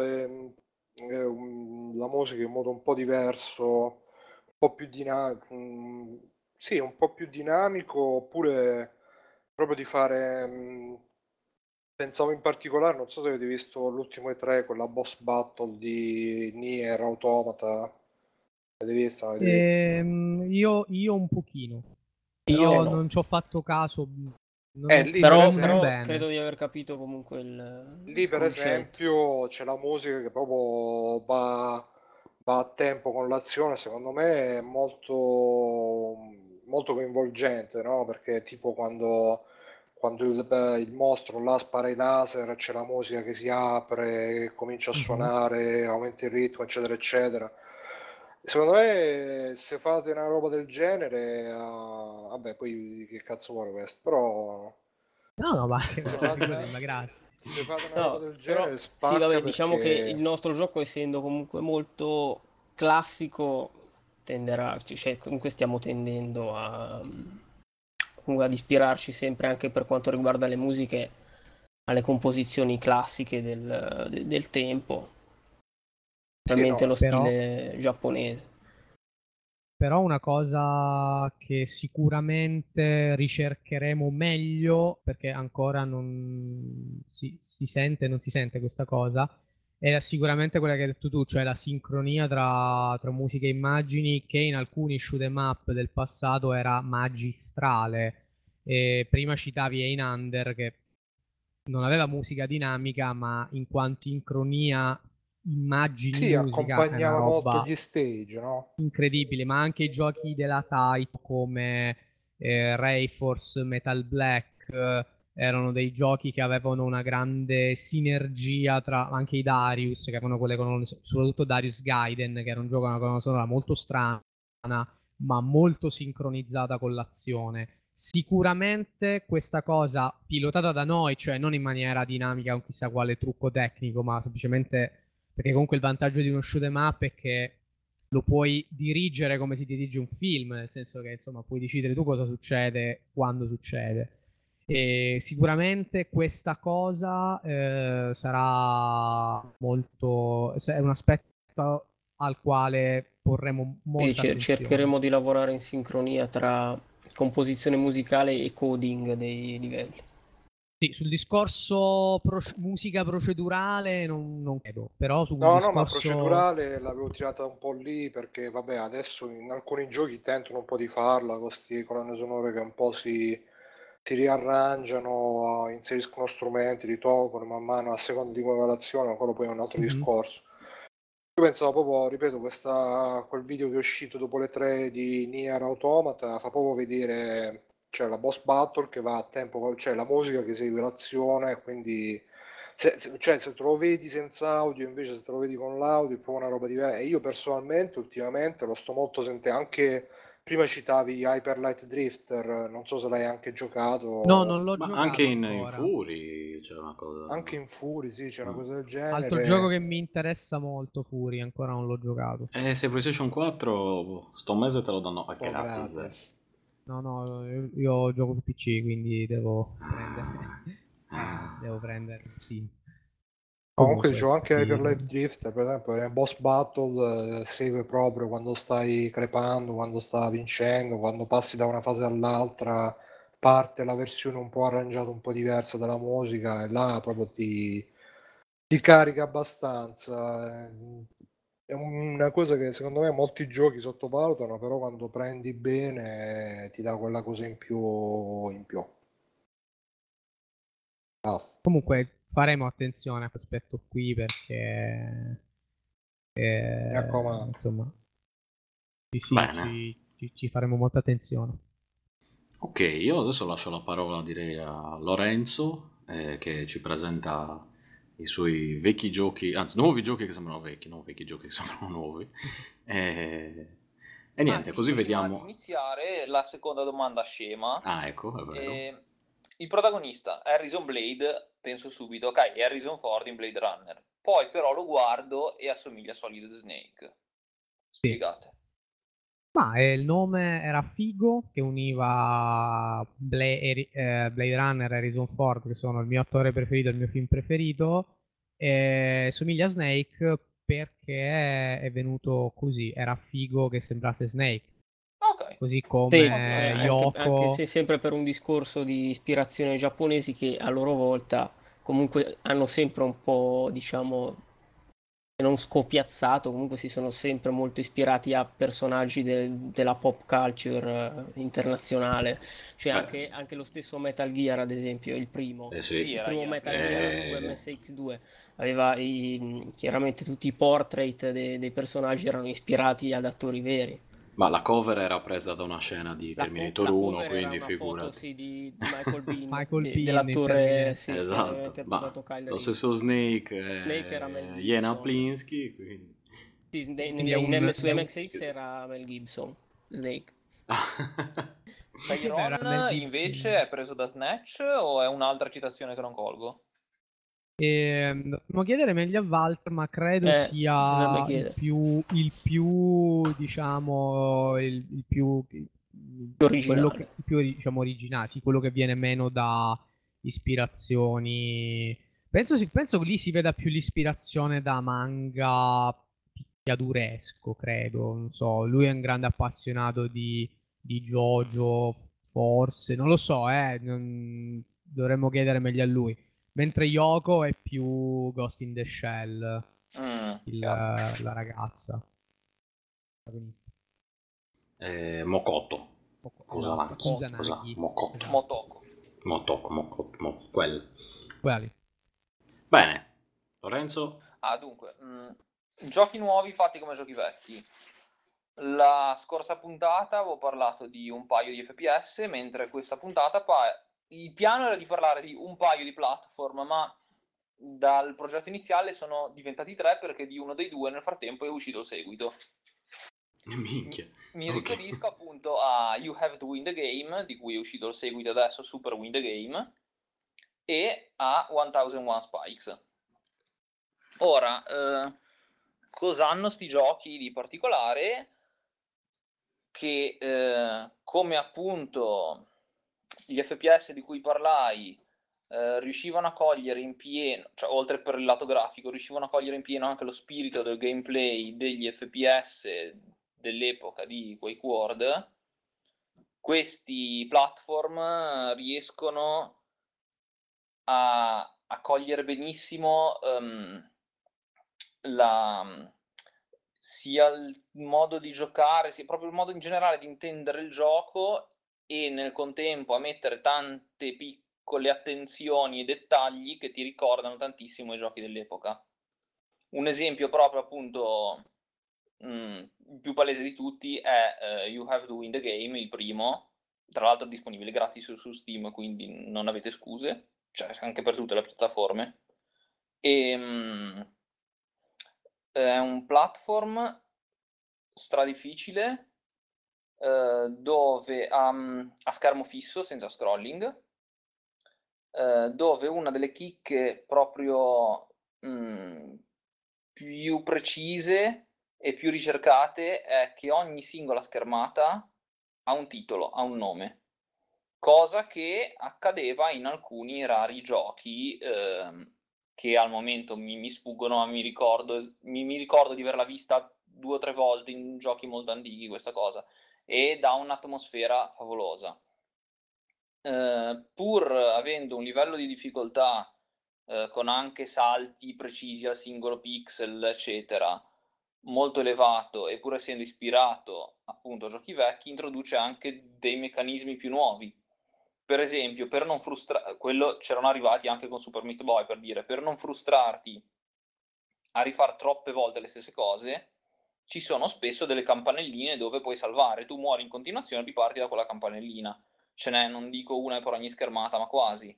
la musica in modo un po' diverso, un po' più dinamico, sì, un po' più dinamico, oppure proprio di fare, pensavo in particolare, non so se avete visto l'ultimo E3, quella boss battle di Nier Automata, avete visto? Io un pochino, però non ci ho fatto caso. Però credo di aver capito comunque lì per esempio c'è la musica che proprio va a tempo con l'azione, secondo me è molto coinvolgente, no? Perché tipo quando il mostro là spara i laser, c'è la musica che si apre, comincia a suonare, aumenta il ritmo, eccetera eccetera. Secondo me se fate una roba del genere, vabbè, poi che cazzo vuole questo, però No, ma grazie. Se fate una No, roba del però genere, sì, spacca vabbè, perché... diciamo che il nostro gioco, essendo comunque molto classico, tenderà, cioè comunque stiamo tendendo comunque ad ispirarci sempre, anche per quanto riguarda le musiche, alle composizioni classiche del tempo, Sì, realmente lo no, Però, stile giapponese. però una cosa che sicuramente ricercheremo meglio, perché ancora non si sente, non si sente questa cosa, è sicuramente quella che hai detto tu, cioè la sincronia tra musica e immagini, che in alcuni shoot 'em up del passato era magistrale. E prima citavi Einander, che non aveva musica dinamica, ma in quanto sincronia immagini sì, musica è una accompagnava molto roba gli stage, no? incredibile, ma anche i giochi della Type come Rayforce, Metal Black erano dei giochi che avevano una grande sinergia tra anche i Darius, che avevano quelle colonne, soprattutto Darius Gaiden, che era un gioco con una colonna sonora molto strana, ma molto sincronizzata con l'azione. Sicuramente questa cosa pilotata da noi, cioè non in maniera dinamica con chissà quale trucco tecnico, ma semplicemente perché comunque il vantaggio di uno shoot 'em up è che lo puoi dirigere come si dirige un film, nel senso che insomma puoi decidere tu cosa succede, quando succede. E sicuramente questa cosa sarà molto, è un aspetto al quale porremo Quindi molta attenzione. cercheremo di lavorare in sincronia tra composizione musicale e coding dei livelli. Sì, sul discorso musica procedurale non credo, però su un No, no, ma discorso... procedurale l'avevo tirata un po' lì perché, vabbè, adesso in alcuni giochi tentano un po' di farla con queste colonne sonore che un po' si riarrangiano, inseriscono strumenti, ritolgono man mano a seconda di come va l'azione, ma quello poi è un altro Mhm. discorso. Io pensavo proprio, ripeto, quel video che è uscito dopo le 3 di Nier Automata fa proprio vedere, cioè, la boss battle che va a tempo, cioè la musica che segue l'azione, quindi cioè, se te lo vedi senza audio, invece se te lo vedi con l'audio è proprio una roba diversa. E io personalmente ultimamente lo sto molto sentendo, anche prima citavi Hyper Light Drifter, non so se l'hai anche No, giocato, non l'ho Ma anche giocato in ancora. Fury c'è una cosa... anche in Fury, sì, c'è una Mm. cosa del Altro gioco genere. che mi interessa molto, Fury, ancora non l'ho giocato. Se PlayStation 4 sto mese te lo danno a Un po' gratis. gratis. No, io gioco su PC, quindi devo prendere, devo prendere Steam. Comunque dicevo Comunque, anche sì. Hyper Light Drifter, per esempio, nel boss battle segue proprio quando stai crepando, quando sta vincendo, quando passi da una fase all'altra, parte la versione un po' arrangiata, un po' diversa della musica e là proprio ti carica abbastanza. È una cosa che secondo me molti giochi sottovalutano, però quando prendi bene ti dà quella cosa in più in più. Basta. Comunque faremo attenzione a questo aspetto qui perché, Mi raccomando. insomma, Bene. ci faremo molta attenzione. Ok, io adesso lascio la parola direi a Lorenzo che ci presenta i suoi vecchi giochi, anzi nuovi giochi che sembrano vecchi, non vecchi giochi che sembrano nuovi. E Ah niente, sì, così prima di vediamo. iniziare la seconda domanda scema. Ah, ecco, è vero. Il protagonista, Harrison Blade, penso subito, ok, è Harrison Ford in Blade Runner. Poi però lo guardo e assomiglia a Solid Snake. Sì. Spiegate. Ma il nome era figo, che univa Blade Runner e Harrison Ford, che sono il mio attore preferito, il mio film preferito. E somiglia a Snake perché è venuto così, era figo che sembrasse Snake, Ok, così Sì, ottimo, come ottimo. anche se Yoko. sempre per un discorso di ispirazione giapponesi che a loro volta comunque hanno sempre un po', diciamo, se non scopiazzato, comunque si sono sempre molto ispirati a personaggi della pop culture internazionale. Cioè Beh, anche lo stesso Metal Gear, ad esempio, sì. Sì, il era primo Ian Metal Fleming. Gear su MSX2 aveva chiaramente tutti i portrait dei personaggi erano ispirati ad attori veri. Ma la cover era presa da una scena di Terminator La 1, cover era quindi una foto, figurati. sì, di Michael Bean, Michael Bean in dell'attore, Terminator. sì, che aveva Esatto, ma interpretato Kyle lo Reese. stesso Snake Snake era Mel è Jena Gibson. Plinsky, quindi... Sì, Quindi è un, su è un- MSX era Mel Gibson, Snake. era Tyron Mel Gibson. invece è preso da Snatch o è un'altra citazione che non colgo? Dobbiamo chiedere meglio a Walter, ma credo dovrebbe sia il chiedere. più, diciamo, il più, quello Originale. il più, diciamo, originale, sì, quello che viene meno da ispirazioni. Penso che lì si veda più l'ispirazione da manga picchiaduresco, credo, non so. Lui è un grande appassionato di JoJo, forse, non lo so, dovremmo chiedere meglio a lui. Mentre Yoko è più Ghost in the Shell, Chiaro. la ragazza. Mokoto. Cosa va? Kusanagi. Mokoto. Motoko. Quello. Quelli. Bene. Lorenzo? Dunque, giochi nuovi fatti come giochi vecchi. La scorsa puntata avevo parlato di un paio di FPS, mentre questa puntata il piano era di parlare di un paio di platform, ma dal progetto iniziale sono diventati 3 perché di uno dei due nel frattempo è uscito il seguito. Minchia. Mi riferisco appunto a You Have to Win the Game, di cui è uscito il seguito adesso, Super Win the Game, e a 1001 Spikes. Ora, cosa hanno sti giochi di particolare? Che come appunto gli FPS di cui parlai riuscivano a cogliere in pieno, cioè oltre per il lato grafico, riuscivano a cogliere in pieno anche lo spirito del gameplay degli FPS dell'epoca di Quake World, questi platform riescono a cogliere benissimo sia il modo di giocare, sia proprio il modo in generale di intendere il gioco, e nel contempo a mettere tante piccole attenzioni e dettagli che ti ricordano tantissimo i giochi dell'epoca. Un esempio proprio appunto il più palese di tutti è You Have to Win the Game, il primo, tra l'altro disponibile gratis su Steam, quindi non avete scuse, cioè anche per tutte le piattaforme. È un platform stradifficile dove a schermo fisso, senza scrolling, dove una delle chicche proprio più precise e più ricercate è che ogni singola schermata ha un titolo, ha un nome, cosa che accadeva in alcuni rari giochi che al momento mi sfuggono, ma mi ricordo di averla vista 2 o 3 volte in giochi molto antichi questa cosa, e dà un'atmosfera favolosa. Pur avendo un livello di difficoltà con anche salti precisi al singolo pixel, eccetera, molto elevato, e pur essendo ispirato appunto a giochi vecchi, introduce anche dei meccanismi più nuovi. Per esempio, per non quello c'erano arrivati anche con Super Meat Boy, per dire, per non frustrarti a rifare troppe volte le stesse cose, ci sono spesso delle campanelline dove puoi salvare. Tu muori in continuazione, riparti da quella campanellina. Ce n'è, non dico una per ogni schermata, ma quasi.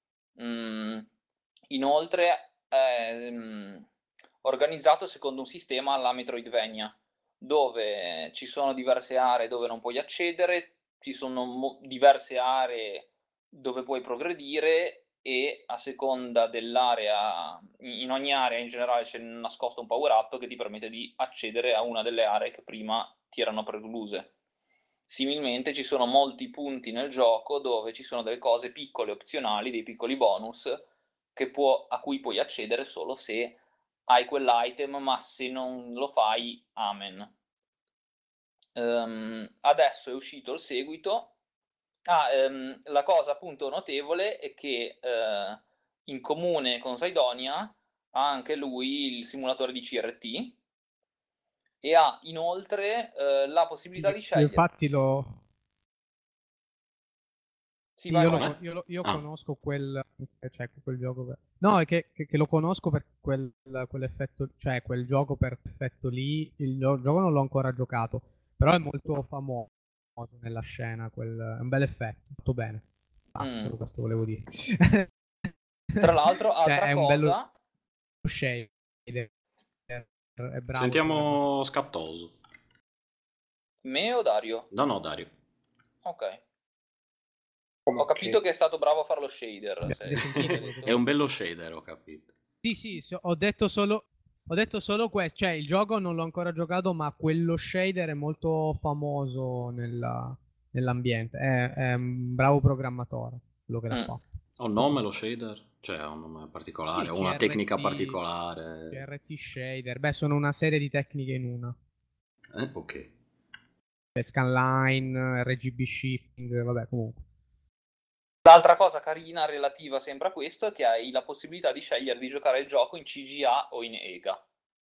Inoltre è organizzato secondo un sistema alla Metroidvania, dove ci sono diverse aree dove non puoi accedere, ci sono diverse aree dove puoi progredire, e a seconda dell'area, in ogni area in generale c'è nascosto un power up che ti permette di accedere a una delle aree che prima ti erano precluse. Similmente ci sono molti punti nel gioco dove ci sono delle cose piccole opzionali, dei piccoli bonus a cui puoi accedere solo se hai quell'item, ma se non lo fai, amen. Adesso è uscito il seguito. La cosa appunto notevole è che in comune con Sidonia ha anche lui il simulatore di CRT, e ha inoltre la possibilità di scegliere. Infatti Sì, Sì, vai. io conosco quel gioco. No, è che lo conosco per quell'effetto, cioè quel gioco per effetto lì. Il gioco non l'ho ancora giocato, però è molto famoso nella scena. È un bel effetto, fatto bene. Solo questo volevo dire. Tra l'altro, altra è un cosa. bello shade. È bravo. Sentiamo Scattoso. Me o Dario? No, Dario. Ok. Ho capito che è stato bravo a fare lo shader. È un bello shader, ho capito. Sì, ho detto solo questo, cioè il gioco non l'ho ancora giocato, ma quello shader è molto famoso nell'ambiente, è un bravo programmatore, quello che l'ha fatto. Ha un nome lo shader? Cioè ha un nome particolare, Sì, o una CRT, tecnica particolare? CRT shader, beh, sono una serie di tecniche in una. Ok. Scanline, RGB shifting, vabbè, comunque. L'altra cosa carina relativa sempre a questo è che hai la possibilità di scegliere di giocare il gioco in CGA o in EGA.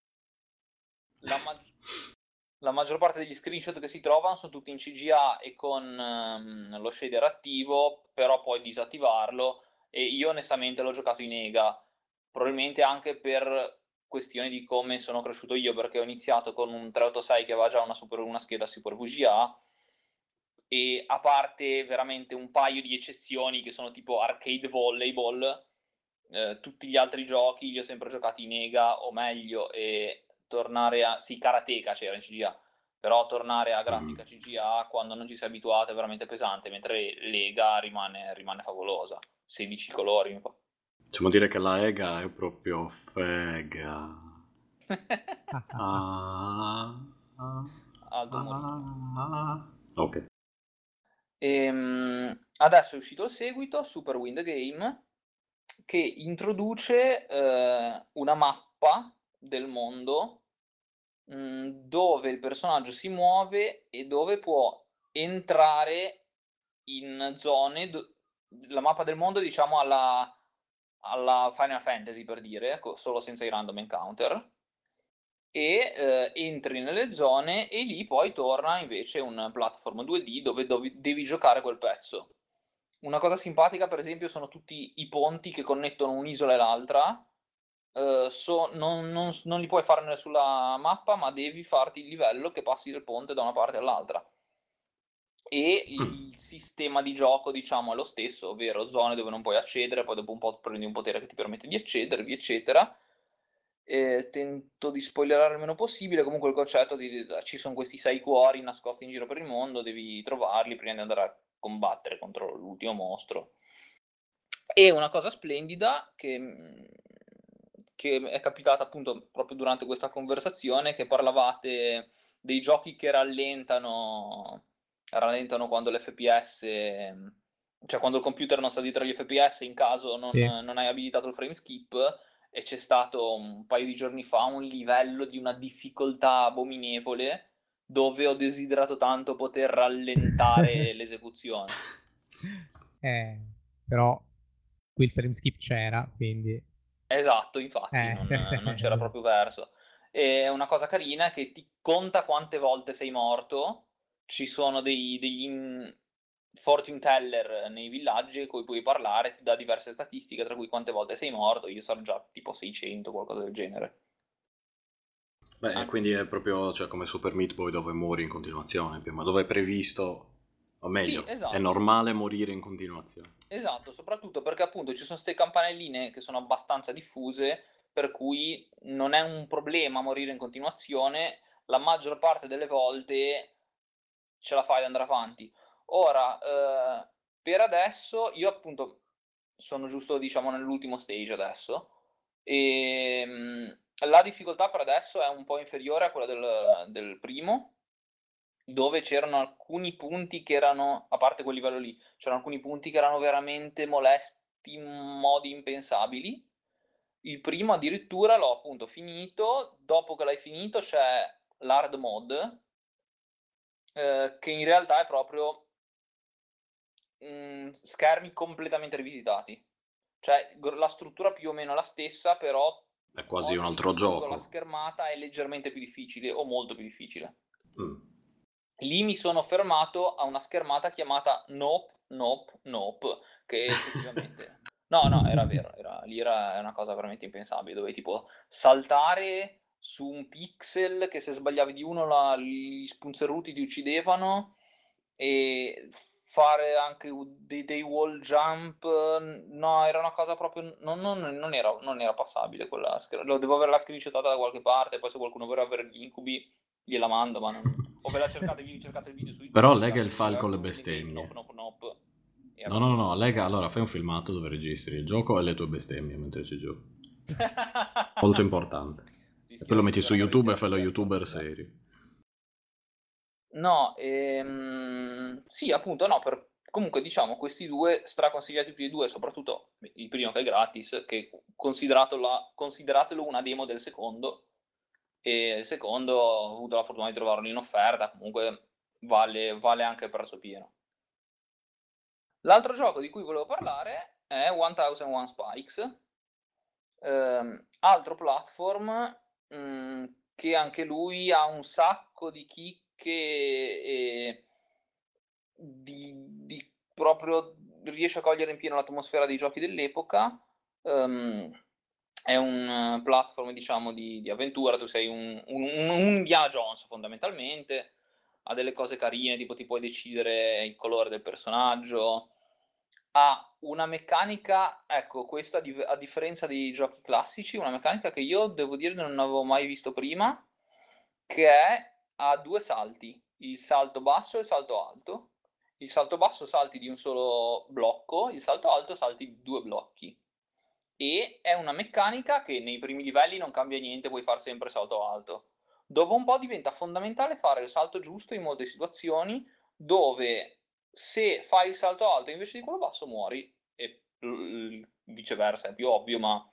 La maggior parte degli screenshot che si trovano sono tutti in CGA e con lo shader attivo, però puoi disattivarlo, e io onestamente l'ho giocato in EGA, probabilmente anche per questioni di come sono cresciuto io, perché ho iniziato con un 386 che aveva già una scheda Super VGA, e a parte veramente un paio di eccezioni che sono tipo Arcade Volleyball, tutti gli altri giochi li ho sempre giocati in EGA, o meglio, e tornare a... sì, Karateka c'era in CGA, però tornare a grafica CGA quando non ci si è abituato è veramente pesante, mentre l'EGA rimane favolosa. 16 colori. Possiamo dire che la EGA è proprio fega. Aldo Morino. Ok. Adesso è uscito il seguito, Super Win the Game, che introduce una mappa del mondo dove il personaggio si muove e dove può entrare in zone, la mappa del mondo diciamo alla Final Fantasy, per dire, solo senza i random encounter, e entri nelle zone e lì poi torna invece un platform 2D dove devi giocare quel pezzo. Una cosa simpatica, per esempio, sono tutti i ponti che connettono un'isola e l'altra. Non li puoi fare sulla mappa, ma devi farti il livello che passi del ponte da una parte all'altra. E il sistema di gioco, diciamo, è lo stesso, ovvero zone dove non puoi accedere, poi dopo un po' prendi un potere che ti permette di accedervi, eccetera. Tento di spoilerare il meno possibile. Comunque il concetto ci sono questi 6 cuori nascosti in giro per il mondo, devi trovarli prima di andare a combattere contro l'ultimo mostro. E una cosa splendida che è capitata appunto proprio durante questa conversazione, che parlavate dei giochi che rallentano quando l'FPS, cioè quando il computer non sta dietro agli FPS in caso non hai abilitato il frame skip, e c'è stato un paio di giorni fa un livello di una difficoltà abominevole dove ho desiderato tanto poter rallentare l'esecuzione. Però qui il frame skip c'era, quindi... Esatto, infatti non c'era proprio verso. E una cosa carina è che ti conta quante volte sei morto. Ci sono degli fortune teller nei villaggi con cui puoi parlare, ti dà diverse statistiche, tra cui quante volte sei morto. Io sarò già tipo 600, qualcosa del genere. Beh, quindi è proprio, cioè, come Super Meat Boy, dove muori in continuazione, ma dove è previsto, o meglio, Sì, esatto. È normale morire in continuazione. Esatto, soprattutto perché appunto ci sono queste campanelline che sono abbastanza diffuse, per cui non è un problema morire in continuazione. La maggior parte delle volte ce la fai ad andare avanti. Ora, per adesso, io appunto sono giusto, diciamo, nell'ultimo stage adesso, e la difficoltà per adesso è un po' inferiore a quella del primo, dove c'erano alcuni punti che erano, a parte quel livello lì, c'erano alcuni punti che erano veramente molesti in modi impensabili. Il primo addirittura l'ho appunto finito. Dopo che l'hai finito c'è l'hard mode, che in realtà è proprio schermi completamente rivisitati. Cioè la struttura più o meno la stessa, però è quasi un altro gioco. La schermata è leggermente più difficile, o molto più difficile. Lì mi sono fermato a una schermata chiamata Nope, Nope, Nope, che effettivamente... No, era vero, lì era una cosa veramente impensabile, dove tipo saltare su un pixel che se sbagliavi di uno gli spunzeruti ti uccidevano, e fare anche dei wall jump. No, era una cosa proprio... Non era passabile quella schermata. Devo avere la screenshotata da qualche parte, poi se qualcuno vuole avere gli incubi gliela mando, ma non... O ve la cercate il video su YouTube. Però lega il file con le bestemmie. Nope, No, Lega, allora fai un filmato dove registri il gioco e le tue bestemmie mentre ci giochi. Molto importante. E poi lo metti su YouTube e fai lo YouTuber serio. No, sì, appunto, no, comunque diciamo questi due straconsigliati tutti e due, soprattutto il primo che è gratis, che consideratelo una demo del secondo, e il secondo ho avuto la fortuna di trovarlo in offerta, comunque vale anche il prezzo pieno. L'altro gioco di cui volevo parlare è 1001 Spikes, altro platform che anche lui ha un sacco di chicche e di proprio riesce a cogliere in pieno l'atmosfera dei giochi dell'epoca. È un platform, diciamo, di avventura. Tu sei un Indiana Jones fondamentalmente, ha delle cose carine, tipo ti puoi decidere il colore del personaggio, ha una meccanica, ecco, questa a differenza dei giochi classici, una meccanica che io devo dire non avevo mai visto prima, che è a 2 salti, il salto basso e il salto alto. Il salto basso salti di un solo blocco, il salto alto salti di 2 blocchi. E è una meccanica che nei primi livelli non cambia niente, puoi fare sempre salto alto. Dopo un po' diventa fondamentale fare il salto giusto in molte situazioni, dove se fai il salto alto invece di quello basso muori, e viceversa, è più ovvio, ma...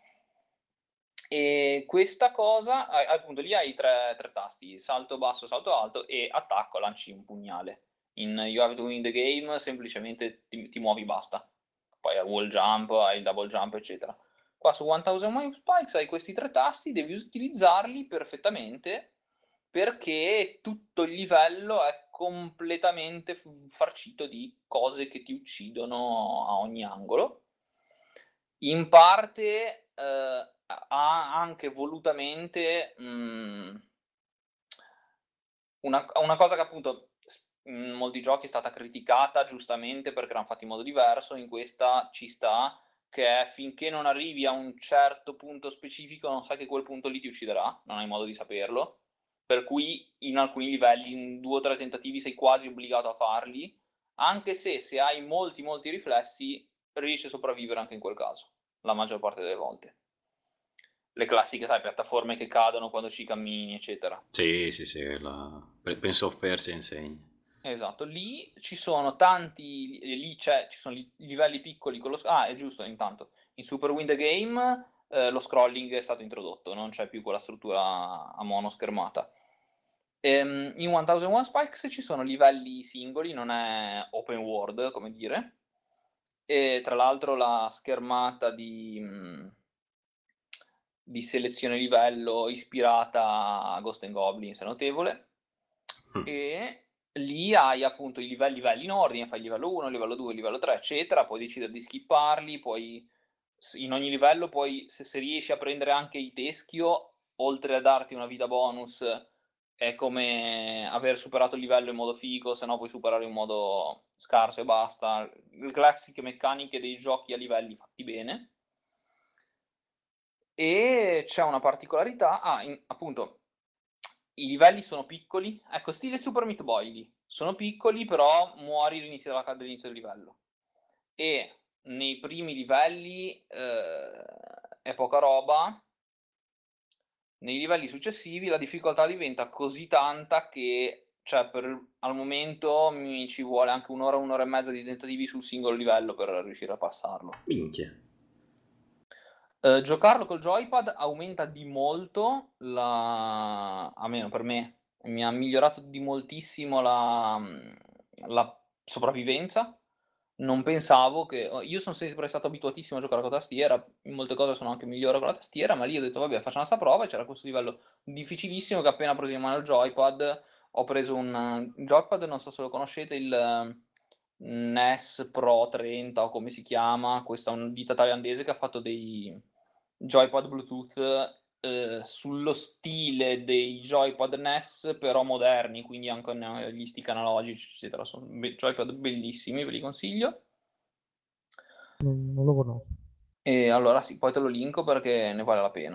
E questa cosa, appunto, lì hai tre tasti, salto basso, salto alto e attacco, lanci un pugnale. In You Have to Win the Game semplicemente ti muovi, basta. Poi hai wall jump, hai il double jump, eccetera. Qua su 1001 Spikes hai questi 3 tasti, devi utilizzarli perfettamente perché tutto il livello è completamente farcito di cose che ti uccidono a ogni angolo. In parte ha anche volutamente una cosa che appunto in molti giochi è stata criticata giustamente perché erano fatti in modo diverso, in questa ci sta, che è finché non arrivi a un certo punto specifico non sai che quel punto lì ti ucciderà, non hai modo di saperlo, per cui in alcuni livelli, in 2 o 3 tentativi sei quasi obbligato a farli, anche se hai molti riflessi riesci a sopravvivere anche in quel caso, la maggior parte delle volte. Le classiche, sai, piattaforme che cadono quando ci cammini, eccetera. Sì, Prince of Persia insegna. Esatto, lì ci sono tanti, ci sono livelli piccoli con lo... Ah, è giusto, intanto, in Super Win the Game lo scrolling è stato introdotto, non c'è più quella struttura a monoschermata. In 1001 Spikes ci sono livelli singoli, non è open world, come dire, e tra l'altro la schermata di selezione livello ispirata a Ghost and Goblins è notevole. E lì hai appunto i livelli in ordine, fai livello 1, livello 2, livello 3, eccetera, puoi decidere di skipparli, poi in ogni livello poi se riesci a prendere anche il teschio, oltre a darti una vita bonus, è come aver superato il livello in modo figo, se no puoi superare in modo scarso e basta. Le classiche meccaniche dei giochi a livelli fatti bene. E c'è una particolarità, appunto, i livelli sono piccoli, ecco, stile Super Meat Boy lì. Sono piccoli, però muori all'inizio dell'inizio del livello. E nei primi livelli è poca roba. Nei livelli successivi la difficoltà diventa così tanta che, cioè, al momento mi ci vuole anche un'ora e mezza di tentativi sul singolo livello per riuscire a passarlo. Minchia. Giocarlo col joypad aumenta di molto almeno per me, mi ha migliorato di moltissimo la sopravvivenza. Non pensavo che... Io sono sempre stato abituatissimo a giocare con la tastiera, in molte cose sono anche migliore con la tastiera, ma lì ho detto vabbè, facciamo sta prova, e c'era questo livello difficilissimo che appena preso in mano il joypad, ho preso un joypad, non so se lo conoscete, il NES Pro 30 o come si chiama, questa è una ditta thailandese che ha fatto dei joypad Bluetooth sullo stile dei joypad NES però moderni, quindi anche gli stick analogici eccetera. Sono joypad bellissimi, ve li consiglio. Non lo conosco. E allora sì, poi te lo linko perché ne vale la pena.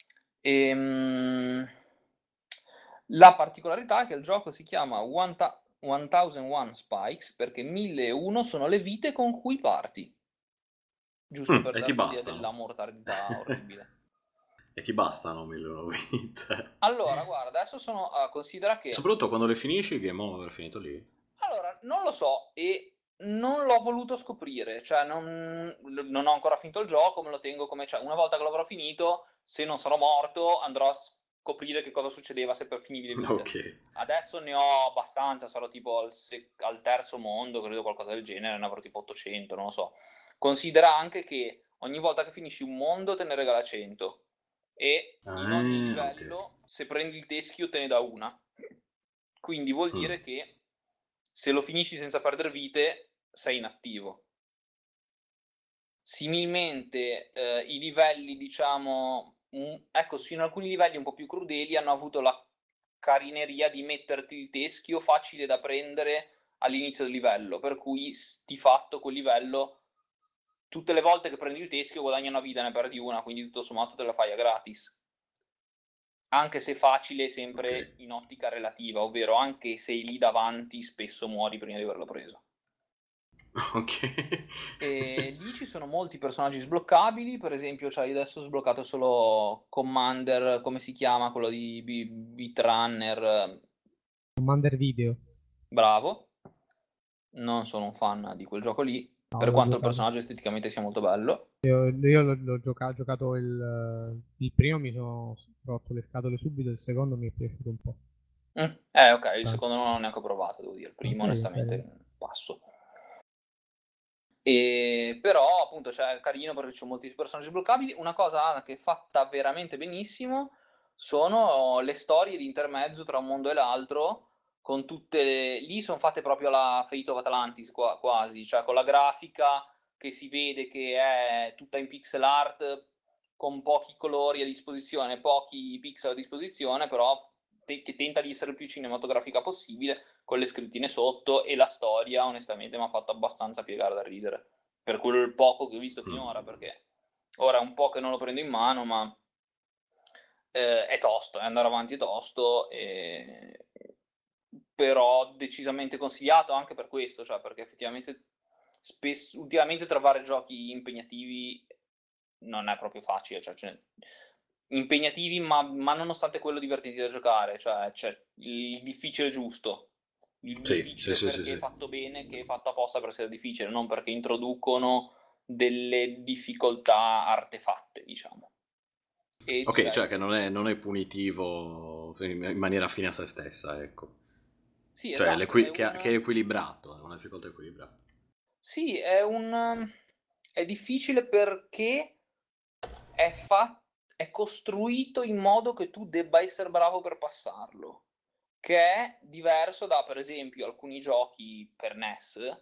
La particolarità è che il gioco si chiama 1001 spikes perché 1001 sono le vite con cui parti. Giusto per e ti darti l'idea bastano. della mortalità orribile. E ti bastano 1001 vite. Allora, guarda, adesso considera che... Soprattutto quando le finisci, il game over è finito lì. Allora, non lo so e non l'ho voluto scoprire, cioè non ho ancora finito il gioco, me lo tengo come... Cioè, una volta che l'avrò finito, se non sarò morto, andrò a scoprire che cosa succedeva se finivi le vite. Ok. Adesso ne ho abbastanza, sarò tipo al terzo mondo, credo qualcosa del genere, ne avrò tipo 800, non lo so. Considera anche che ogni volta che finisci un mondo te ne regala 100 e in ogni livello, se prendi il teschio, te ne dà una. Quindi vuol dire che se lo finisci senza perdere vite, sei inattivo. Similmente, i livelli, diciamo, ecco, in alcuni livelli un po' più crudeli hanno avuto la carineria di metterti il teschio facile da prendere all'inizio del livello, per cui di fatto quel livello, tutte le volte che prendi il teschio guadagni una vita, ne perdi una, quindi tutto sommato te la fai a gratis. Anche se facile, sempre in ottica relativa, ovvero anche se lì davanti spesso muori prima di averlo preso. Ok. E lì ci sono molti personaggi sbloccabili, per esempio io adesso ho sbloccato solo Commander, come si chiama, quello di Beatrunner. Commander Video. Bravo. Non sono un fan di quel gioco lì, per quanto il personaggio esteticamente sia molto bello. Io l'ho giocato il primo, mi sono rotto le scatole subito, il secondo mi è piaciuto un po'. Ok, il secondo non l'ho neanche provato, devo dire. Il primo, onestamente, passo. Però, appunto, è carino perché ci sono molti personaggi sbloccabili. Una cosa che è fatta veramente benissimo sono le storie di intermezzo tra un mondo e l'altro, con tutte lì sono fatte proprio alla Fate of Atlantis, quasi, cioè con la grafica che si vede che è tutta in pixel art, con pochi colori a disposizione, pochi pixel a disposizione, però che tenta di essere il più cinematografica possibile, con le scrittine sotto, e la storia onestamente mi ha fatto abbastanza piegare da ridere, per quel poco che ho visto finora, perché ora è un po' che non lo prendo in mano, ma è tosto, andare avanti è tosto, però decisamente consigliato anche per questo, cioè perché effettivamente ultimamente trovare giochi impegnativi non è proprio facile, cioè impegnativi ma nonostante quello divertenti da giocare, cioè c'è il difficile giusto, il difficile perché è fatto bene, che è fatto apposta per essere difficile, non perché introducono delle difficoltà artefatte, diciamo. Ok, cioè che non è punitivo in maniera fine a se stessa, ecco. Sì, cioè esatto, che è equilibrato, è una difficoltà equilibrata. Sì, è difficile perché è costruito in modo che tu debba essere bravo per passarlo, che è diverso da, per esempio, alcuni giochi per NES,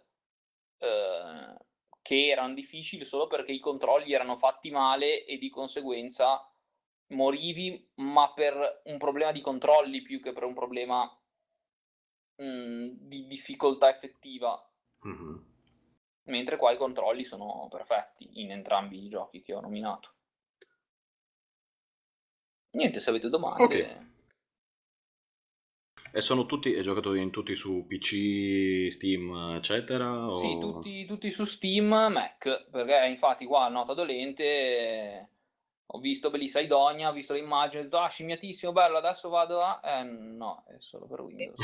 che erano difficili solo perché i controlli erano fatti male e di conseguenza morivi, ma per un problema di controlli più che per un problema di difficoltà effettiva. Mentre qua i controlli sono perfetti in entrambi i giochi che ho nominato. Niente, se avete domande. Ok. E sono tutti, hai giocato in tutti su PC, Steam, eccetera? Sì, tutti su Steam, Mac, perché infatti qua nota dolente, ho visto Bellissima Idonia, ho visto le immagini, ho detto scimmiatissimo, bello, adesso vado a... no, è solo per Windows.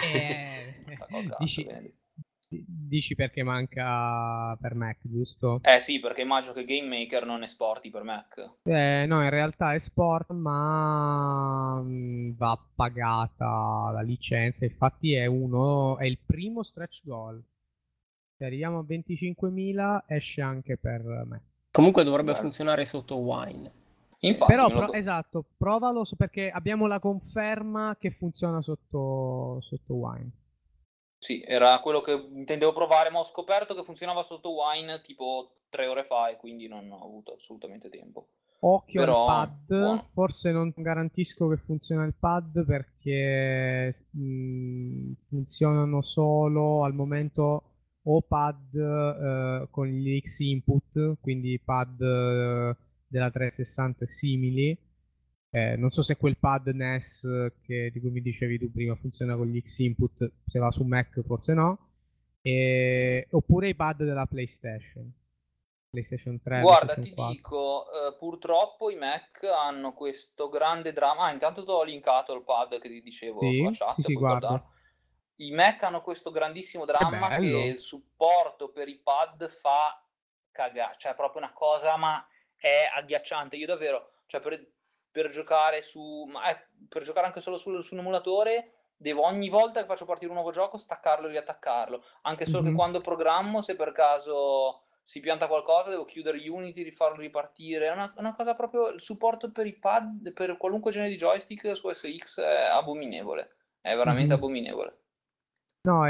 Dici perché manca per Mac, giusto? Sì, perché immagino che Game Maker non esporti per Mac. No, in realtà è sport, ma va pagata la licenza. Infatti è il primo stretch goal. Se arriviamo a 25.000 esce anche per me. Comunque dovrebbe funzionare sotto Wine. Infatti, però esatto, provalo perché abbiamo la conferma che funziona sotto Wine. Sì, era quello che intendevo provare, ma ho scoperto che funzionava sotto Wine tipo 3 ore fa e quindi non ho avuto assolutamente tempo. Occhio Però, al pad, buono. Forse non garantisco che funziona il pad perché funzionano solo al momento o pad con gli X input, quindi pad della 360 simili, Non so se quel pad NES di cui mi dicevi tu prima funziona con gli X-Input, se va su Mac forse no. Oppure i pad della PlayStation 3, Guarda, PlayStation ti 4. dico, purtroppo i Mac hanno questo grande dramma. Intanto ti ho linkato il pad che ti dicevo sulla Sì, chat, sì, puoi guardo. guardarlo. I Mac hanno questo grandissimo Che dramma che bello. il supporto per i pad fa cagare, cioè è proprio una cosa, ma è agghiacciante. Io davvero, cioè per giocare per giocare anche solo su un emulatore, devo ogni volta che faccio partire un nuovo gioco staccarlo e riattaccarlo. Anche solo che Mhm. quando programmo, se per caso si pianta qualcosa, devo chiudere Unity, rifarlo ripartire. È una cosa proprio. Il supporto per i pad, per qualunque genere di joystick su SX è abominevole. È veramente Mhm. abominevole. No,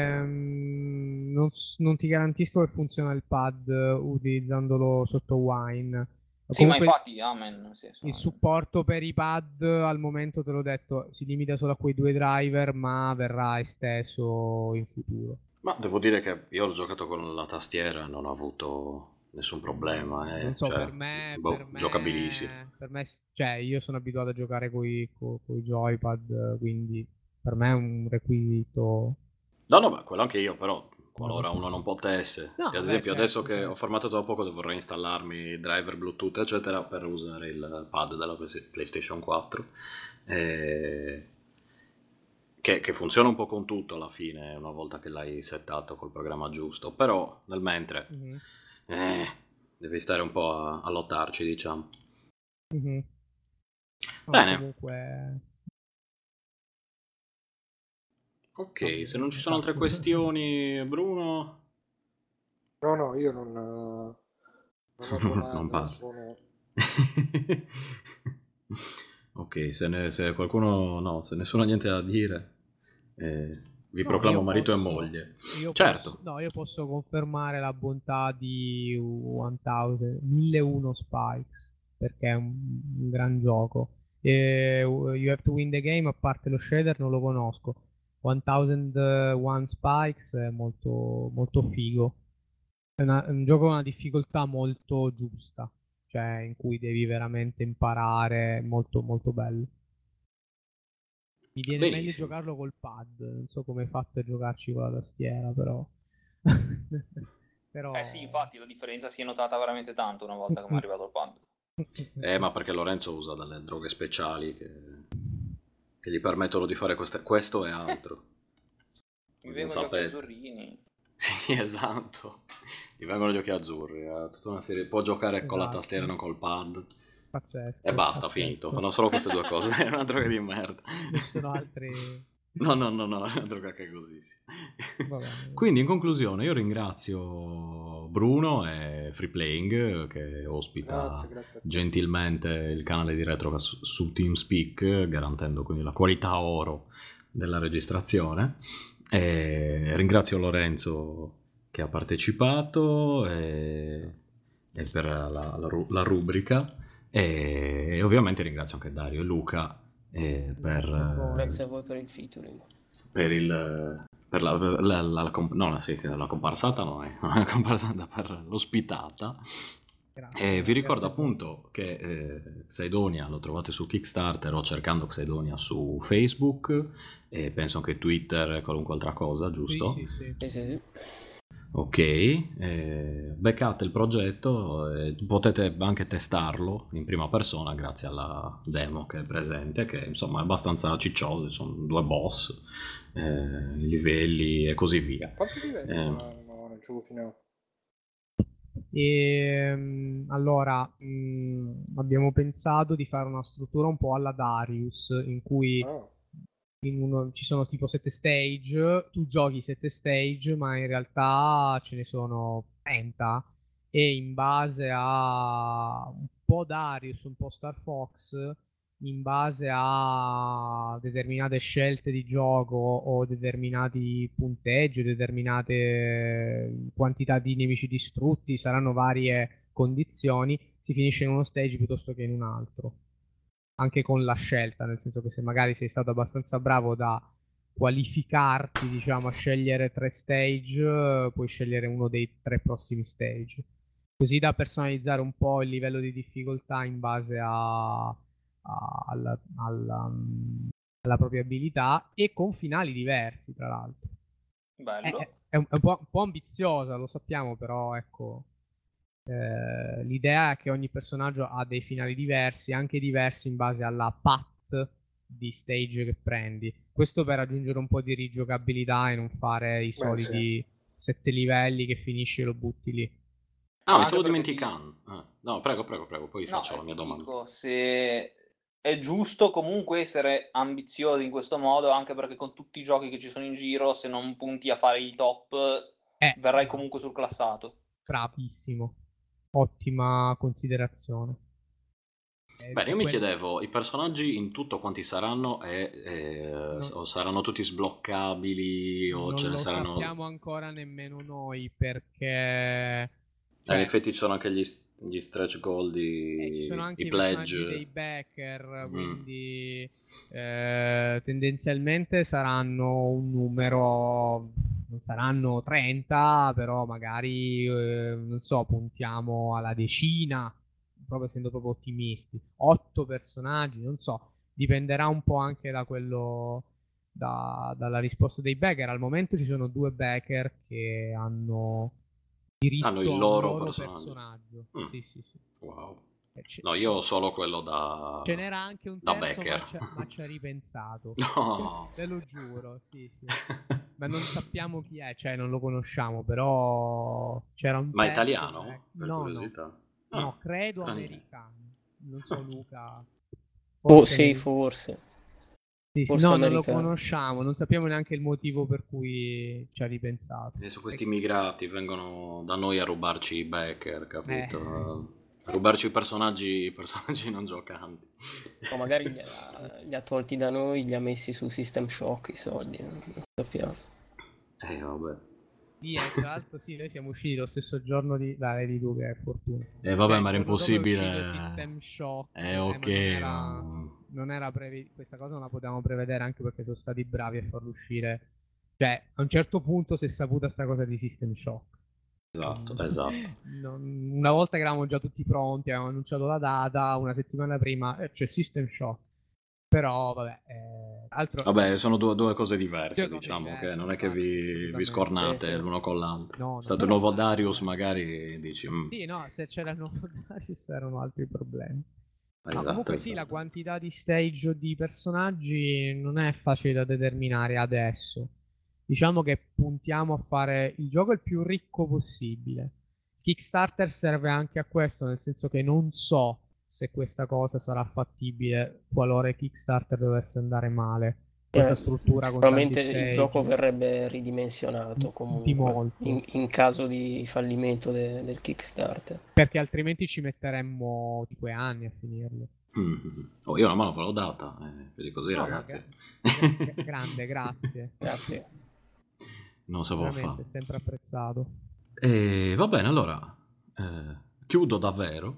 non ti garantisco che funziona il pad utilizzandolo sotto Wine. Sì, ma Comunque infatti, amen. Sì, il supporto per i pad al momento, te l'ho detto, si limita solo a quei 2 driver, ma verrà esteso in futuro. Ma devo dire che io ho giocato con la tastiera, non ho avuto nessun problema, Non so, cioè, per me, giocabilissimo. cioè, io sono abituato a giocare con i joypad, quindi per me è un requisito. No, beh, quello anche io, però qualora No. uno non potesse, No, che ad beh, esempio adesso certo, che certo. ho formattato da poco devo reinstallarmi i driver Bluetooth eccetera per usare il pad della PlayStation 4, che funziona un po' con tutto alla fine una volta che l'hai settato col programma giusto, però nel mentre Mhm, devi stare un po' a lottarci, diciamo. mhm. No, Bene, comunque. ok, se non ci sono altre Esatto. questioni, Bruno... No, io non ho non domande, parli. sono... Ok, se qualcuno no, se nessuno ha niente da dire, vi No, proclamo marito e moglie. Certo. io posso confermare la bontà di 1001 Spikes, perché è un gran gioco. You Have to Win the Game, a parte lo shader, non lo conosco. 1001 Spikes è molto, molto figo. È un gioco con una difficoltà molto giusta, cioè in cui devi veramente imparare, molto, molto bello. Mi viene meglio Benissimo. giocarlo col pad, non so come hai fatto a giocarci con la tastiera, però. Sì, Però. infatti la differenza si è notata veramente tanto una volta che mi è arrivato il pad. Ma perché Lorenzo usa delle droghe speciali che gli permettono di fare questo e altro. Mi Voi non vengono gli occhi sapete. azzurrini. Sì, esatto. Gli vengono gli occhi azzurri. Tutta una serie. Può giocare con la Esatto. tastiera, non col pad. Pazzesco. E basta, pazzesco. finito. Fanno solo queste due cose. È una droga di merda. Non ci sono altri. No, è una droga che è così. Sì. Va bene. Quindi, in conclusione, io ringrazio Bruno e Free Playing che ospita Grazie a te. gentilmente il canale di Retrocast su TeamSpeak, garantendo quindi la qualità oro della registrazione. E ringrazio Lorenzo che ha partecipato e per la rubrica. E ovviamente ringrazio anche Dario e Luca Grazie a voi per il featuring. per la comparsata no, la comparsata per l'ospitata. Grazie, Vi ricordo grazie a voi. appunto che Xedonia lo trovate su Kickstarter o cercando Xedonia su Facebook e penso anche Twitter e qualunque altra cosa, giusto? Sì. Ok, beccate il progetto, potete anche testarlo in prima persona grazie alla demo che è presente, che insomma è abbastanza cicciosa, sono 2 boss, i livelli e così via. Quanti livelli sono nel gioco finale? Allora, abbiamo pensato di fare una struttura un po' alla Darius, in cui ci sono tipo 7 stage, tu giochi 7 stage, ma in realtà ce ne sono 30 e in base a un po' Darius, un po' Star Fox, in base a determinate scelte di gioco o determinati punteggi, determinate quantità di nemici distrutti, saranno varie condizioni, si finisce in uno stage piuttosto che in un altro. Anche con la scelta, nel senso che se magari sei stato abbastanza bravo da qualificarti, diciamo, a scegliere 3 stage, puoi scegliere uno dei 3 prossimi stage. Così da personalizzare un po' il livello di difficoltà in base alla propria abilità e con finali diversi, tra l'altro. Bello. È un po' ambiziosa, lo sappiamo, però ecco, l'idea è che ogni personaggio ha dei finali diversi, anche diversi in base alla path di stage che prendi. Questo per aggiungere un po' di rigiocabilità e non fare i soliti 7 livelli che finisci e lo butti lì. Ah, mi stavo dimenticando. No, prego, poi faccio la mia domanda. Dico, se è giusto comunque essere ambiziosi in questo modo, anche perché con tutti i giochi che ci sono in giro, se non punti a fare il top, verrai comunque surclassato. Bravissimo. Ottima considerazione. Bene, io mi chiedevo, i personaggi in tutto quanti saranno o saranno tutti sbloccabili o non ce ne lo saranno... Non sappiamo ancora nemmeno noi perché... in effetti ci sono anche gli stretch goal ci sono anche i i pledge dei backer, quindi tendenzialmente saranno un numero, non saranno 30, però magari non so, puntiamo alla decina, proprio essendo proprio ottimisti. 8 personaggi, non so, dipenderà un po' anche da quello, dalla risposta dei backer. Al momento ci sono 2 backer che hanno il loro personaggio. Sì. Wow. No, io ho solo quello da... Ce n'era anche un terzo, ma ci ha ripensato. No. Te lo giuro, sì. Ma non sappiamo chi è, cioè non lo conosciamo, però c'era un Ma terzo, italiano? Per curiosità. No, credo straniero. Americano. Non so, Luca. Forse. Sì, no, non lo conosciamo, non sappiamo neanche il motivo per cui ci ha ripensato. E su questi immigrati vengono da noi a rubarci i backer, capito? A rubarci i personaggi non giocanti. O magari li ha tolti da noi, li ha messi su System Shock i soldi, non sappiamo. Vabbè. Sì, tra l'altro noi siamo usciti lo stesso giorno di Lady 2, che è fortuna. Vabbè, ma era impossibile. System Shock. Ok. Non era questa cosa non la potevamo prevedere, anche perché sono stati bravi a farlo uscire. Cioè, a un certo punto si è saputa sta cosa di System Shock. Esatto. Una volta che eravamo già tutti pronti, avevamo annunciato la data, una settimana prima c'è System Shock. Però vabbè, vabbè, sono due cose diverse, diciamo, che non è che vi scornate l'uno con l'altro. No, stato il nuovo Darius, magari dici... Sì, no, se c'era il nuovo Darius erano altri problemi. Esatto, comunque sì, la quantità di stage o di personaggi non è facile da determinare adesso. Diciamo che puntiamo a fare il gioco il più ricco possibile. Kickstarter serve anche a questo, nel senso che non so se questa cosa sarà fattibile qualora il Kickstarter dovesse andare male. Questa struttura con sicuramente il gioco verrebbe ridimensionato comunque di molto. In caso di fallimento del Kickstarter, perché altrimenti ci metteremmo 2 anni a finirlo. Io una mano ve l'ho data, quindi così, no, ragazzi. Grande, grazie. Non sapevo fare. È sempre apprezzato. Va bene, allora chiudo davvero.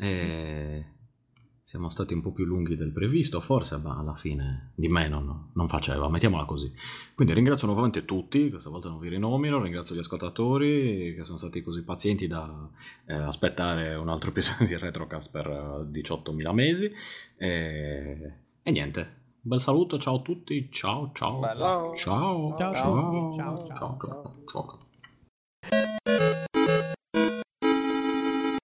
Siamo stati un po' più lunghi del previsto, forse, ma alla fine di me non faceva, mettiamola così. Quindi ringrazio nuovamente tutti, questa volta non vi rinomino, ringrazio gli ascoltatori che sono stati così pazienti da aspettare un altro episodio di Retrocast per 18.000 mesi. E niente, un bel saluto, ciao a tutti, ciao. Ciao. Ciao.